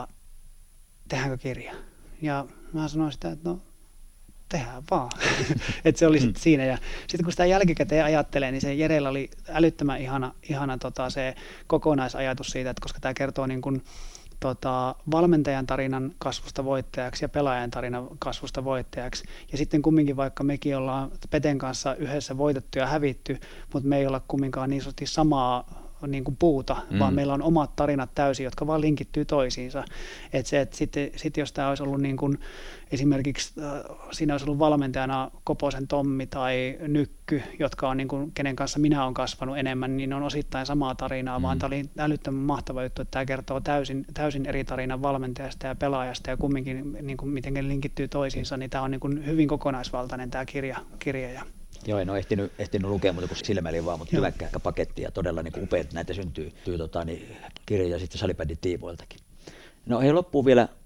tehdäänkö kirja? Ja mä sanoin sitä, että no tehdään vaan. Että se oli sitten siinä. Ja sitten kun sitä jälkikäteen ajattelee, niin se Jerellä oli älyttömän ihana se kokonaisajatus siitä, että koska tämä kertoo niin kuin, valmentajan tarinan kasvusta voittajaksi ja pelaajan tarinan kasvusta voittajaksi. Ja sitten kumminkin vaikka mekin ollaan Peten kanssa yhdessä voitettu ja hävitty, mutta me ei olla kumminkaan niin sanotusti samaa niin kuin puuta, vaan meillä on omat tarinat täysin, jotka vaan linkittyy toisiinsa. Että sitten jos tämä olisi ollut niin kuin, esimerkiksi siinä olisi ollut valmentajana Koposen Tommi tai Nykky, jotka on niin kuin, kenen kanssa minä olen kasvanut enemmän, niin on osittain samaa tarinaa, vaan tämä oli älyttömän mahtava juttu, että tämä kertoo täysin eri tarinan valmentajasta ja pelaajasta ja kumminkin niin kuin, miten ne linkittyy toisiinsa, niin tämä on niin kuin, hyvin kokonaisvaltainen tämä kirja. Joo, en ole ehtinyt lukea muuta kuin silmäliin vaan, mutta hyväkkähkä paketti ja todella niin upeat näitä syntyy kirjoja sitten salibändin tiimoiltakin. No hei, loppuu vielä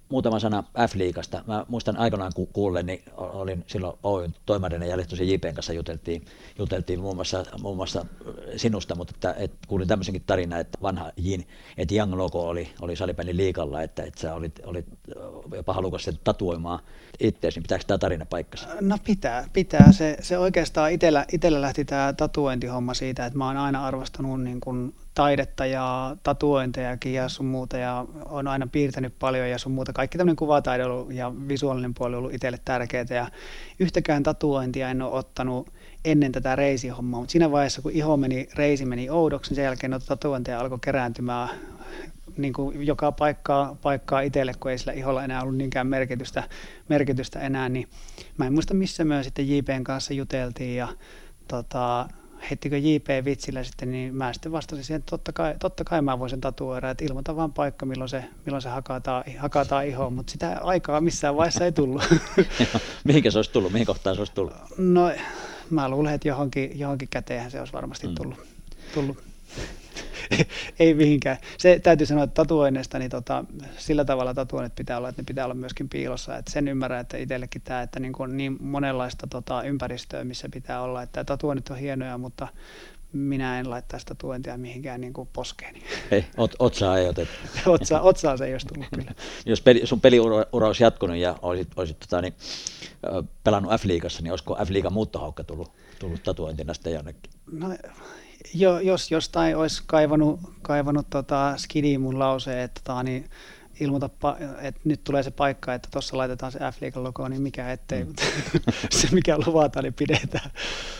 muutama sana F-liigasta. Mä muistan aikanaan kuullen, niin olin silloin Oyn toimarina ja Lehtosen JP:n kanssa juteltiin muun muassa sinusta, mutta kuulin tämmöisenkin tarina, että vanha että Young Logo oli salibändin liigalla, että sä olit jopa halukas sen tatuoimaan itseäsi, niin pitääkö tämä tarina paikkansa? No pitää. Se oikeastaan itsellä lähti tämä tatuointihomma siitä, että mä oon aina arvostanut niin kuin taidetta ja tatuointejakin ja sun muuta, ja on aina piirtänyt paljon ja sun muuta. Kaikki tämmöinen kuvataide ja visuaalinen puoli on ollut itselle tärkeää, ja yhtäkään tatuointia en ole ottanut ennen tätä reisihommaa, mutta siinä vaiheessa, kun reisi meni oudoksi, niin sen jälkeen noita tatuointeja alkoi kerääntymään niin kuin joka paikkaa itselle, kun ei sillä iholla enää ollut niinkään merkitystä enää, niin mä en muista missä me sitten JP:n kanssa juteltiin, ja heittikö JP vitsillä sitten, niin mä sitten vastasin siihen, että totta kai mä voin sen tatuoida, että ilmoita vaan paikka, milloin se hakataan ihoon, mutta sitä aikaa missään vaiheessa ei tullut. Mihinkä se olisi tullut? Mihin kohtaan se olisi tullut? No, mä luulen, että johonkin käteenhän se olisi varmasti tullut. Ei mihinkään. Se täytyy sanoa, että tatuoinneista, niin sillä tavalla tatuoinnit pitää olla, että ne pitää olla myöskin piilossa. Et sen ymmärrän, että itsellekin tämä, että niin monenlaista ympäristöä, missä pitää olla. Että tatuoinnit on hienoja, mutta minä en laittaisi tatuointia mihinkään niin kuin poskeeni. Ei, otsaa ei otettu. Otsaa se ei olisi tullut kyllä. Jos sun peliura olisi jatkunut ja olisit pelannut F-liigassa, niin olisiko F-liigan muuttohaukka tullut tatuointina sitten jonnekin? No, jos jostain olisi kaivannut skidiin mun lauseen, että niin ilmoitapa, että nyt tulee se paikka, että tuossa laitetaan se F-liigan logo, niin mikä ettei, mutta se mikä luvataan, niin pidetään.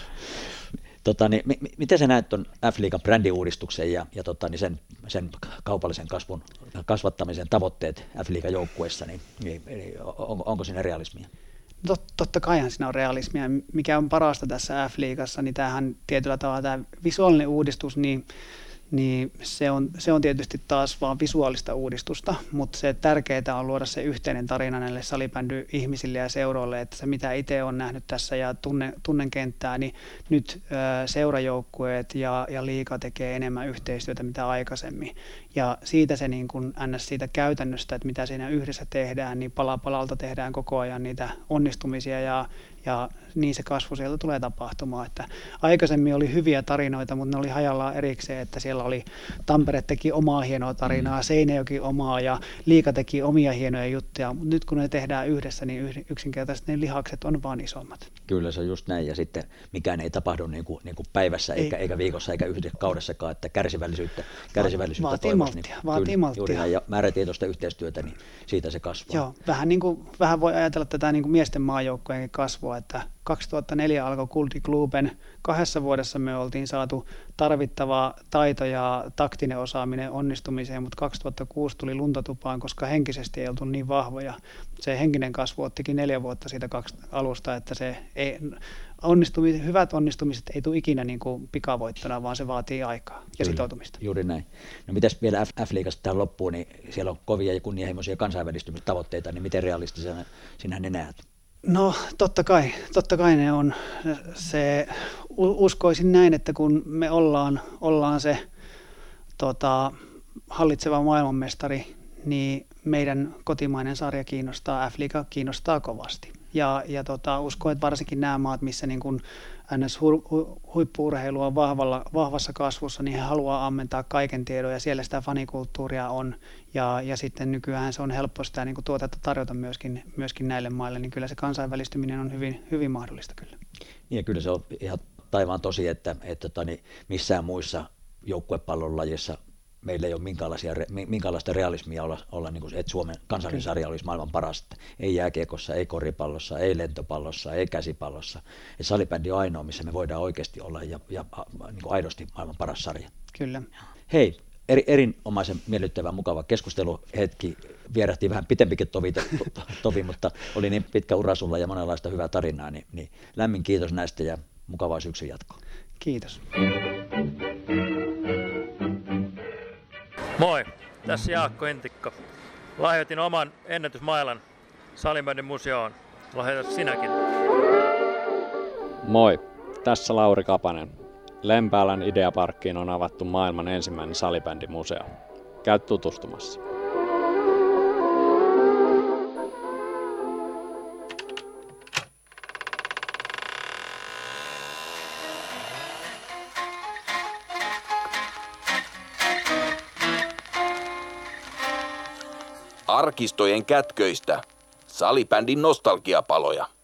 Miten sä näet tuon F-liigan brändiuudistuksen ja sen kaupallisen kasvattamisen tavoitteet F-liigan joukkueessa, niin onko siinä realismia? Totta kaihan siinä on realismia. Mikä on parasta tässä F-liigassa, niin tämähän tietyllä tavalla tämä visuaalinen uudistus, niin se on tietysti taas vaan visuaalista uudistusta, mutta se tärkeää on luoda se yhteinen tarina näille salibändy-ihmisille ja seuroille, että se mitä itse olen nähnyt tässä ja tunnen kenttää, niin nyt seurajoukkueet ja liiga tekee enemmän yhteistyötä mitä aikaisemmin. Ja siitä se niin kuin ns. Siitä käytännöstä, että mitä siinä yhdessä tehdään, niin pala palalta tehdään koko ajan niitä onnistumisia ja niin se kasvu sieltä tulee tapahtumaan. Että aikaisemmin oli hyviä tarinoita, mutta ne oli hajallaan erikseen, että siellä oli Tampere teki omaa hienoa tarinaa, Seinäjoki omaa ja liiga teki omia hienoja juttuja, mutta nyt kun ne tehdään yhdessä, niin yksinkertaisesti ne lihakset on vaan isommat. Kyllä se on just näin, ja sitten mikään ei tapahdu niin kuin päivässä eikä viikossa eikä yhdessä kaudessakaan, että kärsivällisyyttä vaatii malttia. Ja määrätietoista yhteistyötä, niin siitä se kasvaa. Joo, vähän voi ajatella tätä niin kuin miesten maajoukkojenkin kasvua, että 2004 alkoi Kulti Kluben. 2 vuodessa me oltiin saatu tarvittava taito ja taktinen osaaminen onnistumiseen, mutta 2006 tuli luntatupaan, koska henkisesti ei oltu niin vahvoja. Se henkinen kasvu ottikin 4 vuotta siitä alusta, että se ei, hyvät onnistumiset ei tule ikinä niin kuin pikavoittona, vaan se vaatii aikaa ja sitoutumista. Juuri näin. No mitäs vielä F-liigasta tähän loppuun, niin siellä on kovia ja kunnianhimoisia kansainvälistymistavoitteita, niin miten realistisena sinä ne näet? No totta kai ne on. Uskoisin näin, että kun me ollaan se hallitseva maailmanmestari, niin meidän kotimainen sarja kiinnostaa, F-liiga kiinnostaa kovasti. Ja uskon, että varsinkin nämä maat, missä niin kun huippu-urheilu on vahvassa kasvussa, niin he haluaa ammentaa kaiken tiedon ja siellä sitä fanikulttuuria on. Ja sitten nykyään se on helppo sitä niin kuin tuotetta tarjota myöskin näille maille, niin kyllä se kansainvälistyminen on hyvin, hyvin mahdollista kyllä. Niin ja kyllä se on ihan taivaan tosi, että missään muissa joukkuepallon lajissa meillä ei ole minkäänlaista realismia olla niin kuin, että Suomen kansallinen sarja olisi maailman paras. Ei jääkiekossa, ei koripallossa, ei lentopallossa, ei käsipallossa. Et salibändi on ainoa, missä me voidaan oikeasti olla ja niin kuin aidosti maailman paras sarja. Kyllä. Hei, erinomaisen miellyttävä, mukava keskusteluhetki. Vierähtiin vähän pitempikin tovi, mutta oli niin pitkä ura sulla ja monenlaista hyvää tarinaa. Niin lämmin kiitos näistä ja mukavaa syksyn jatkoa. Kiitos. Moi, tässä Jaakko Entikko. Lahjoitin oman ennätysmailan salibändin museoon. Lahjoitat sinäkin. Moi, tässä Lauri Kapanen. Lempäälän Ideaparkkiin on avattu maailman ensimmäinen salibändimuseo. Käy tutustumassa. Arkistojen kätköistä salibändin nostalgiapaloja.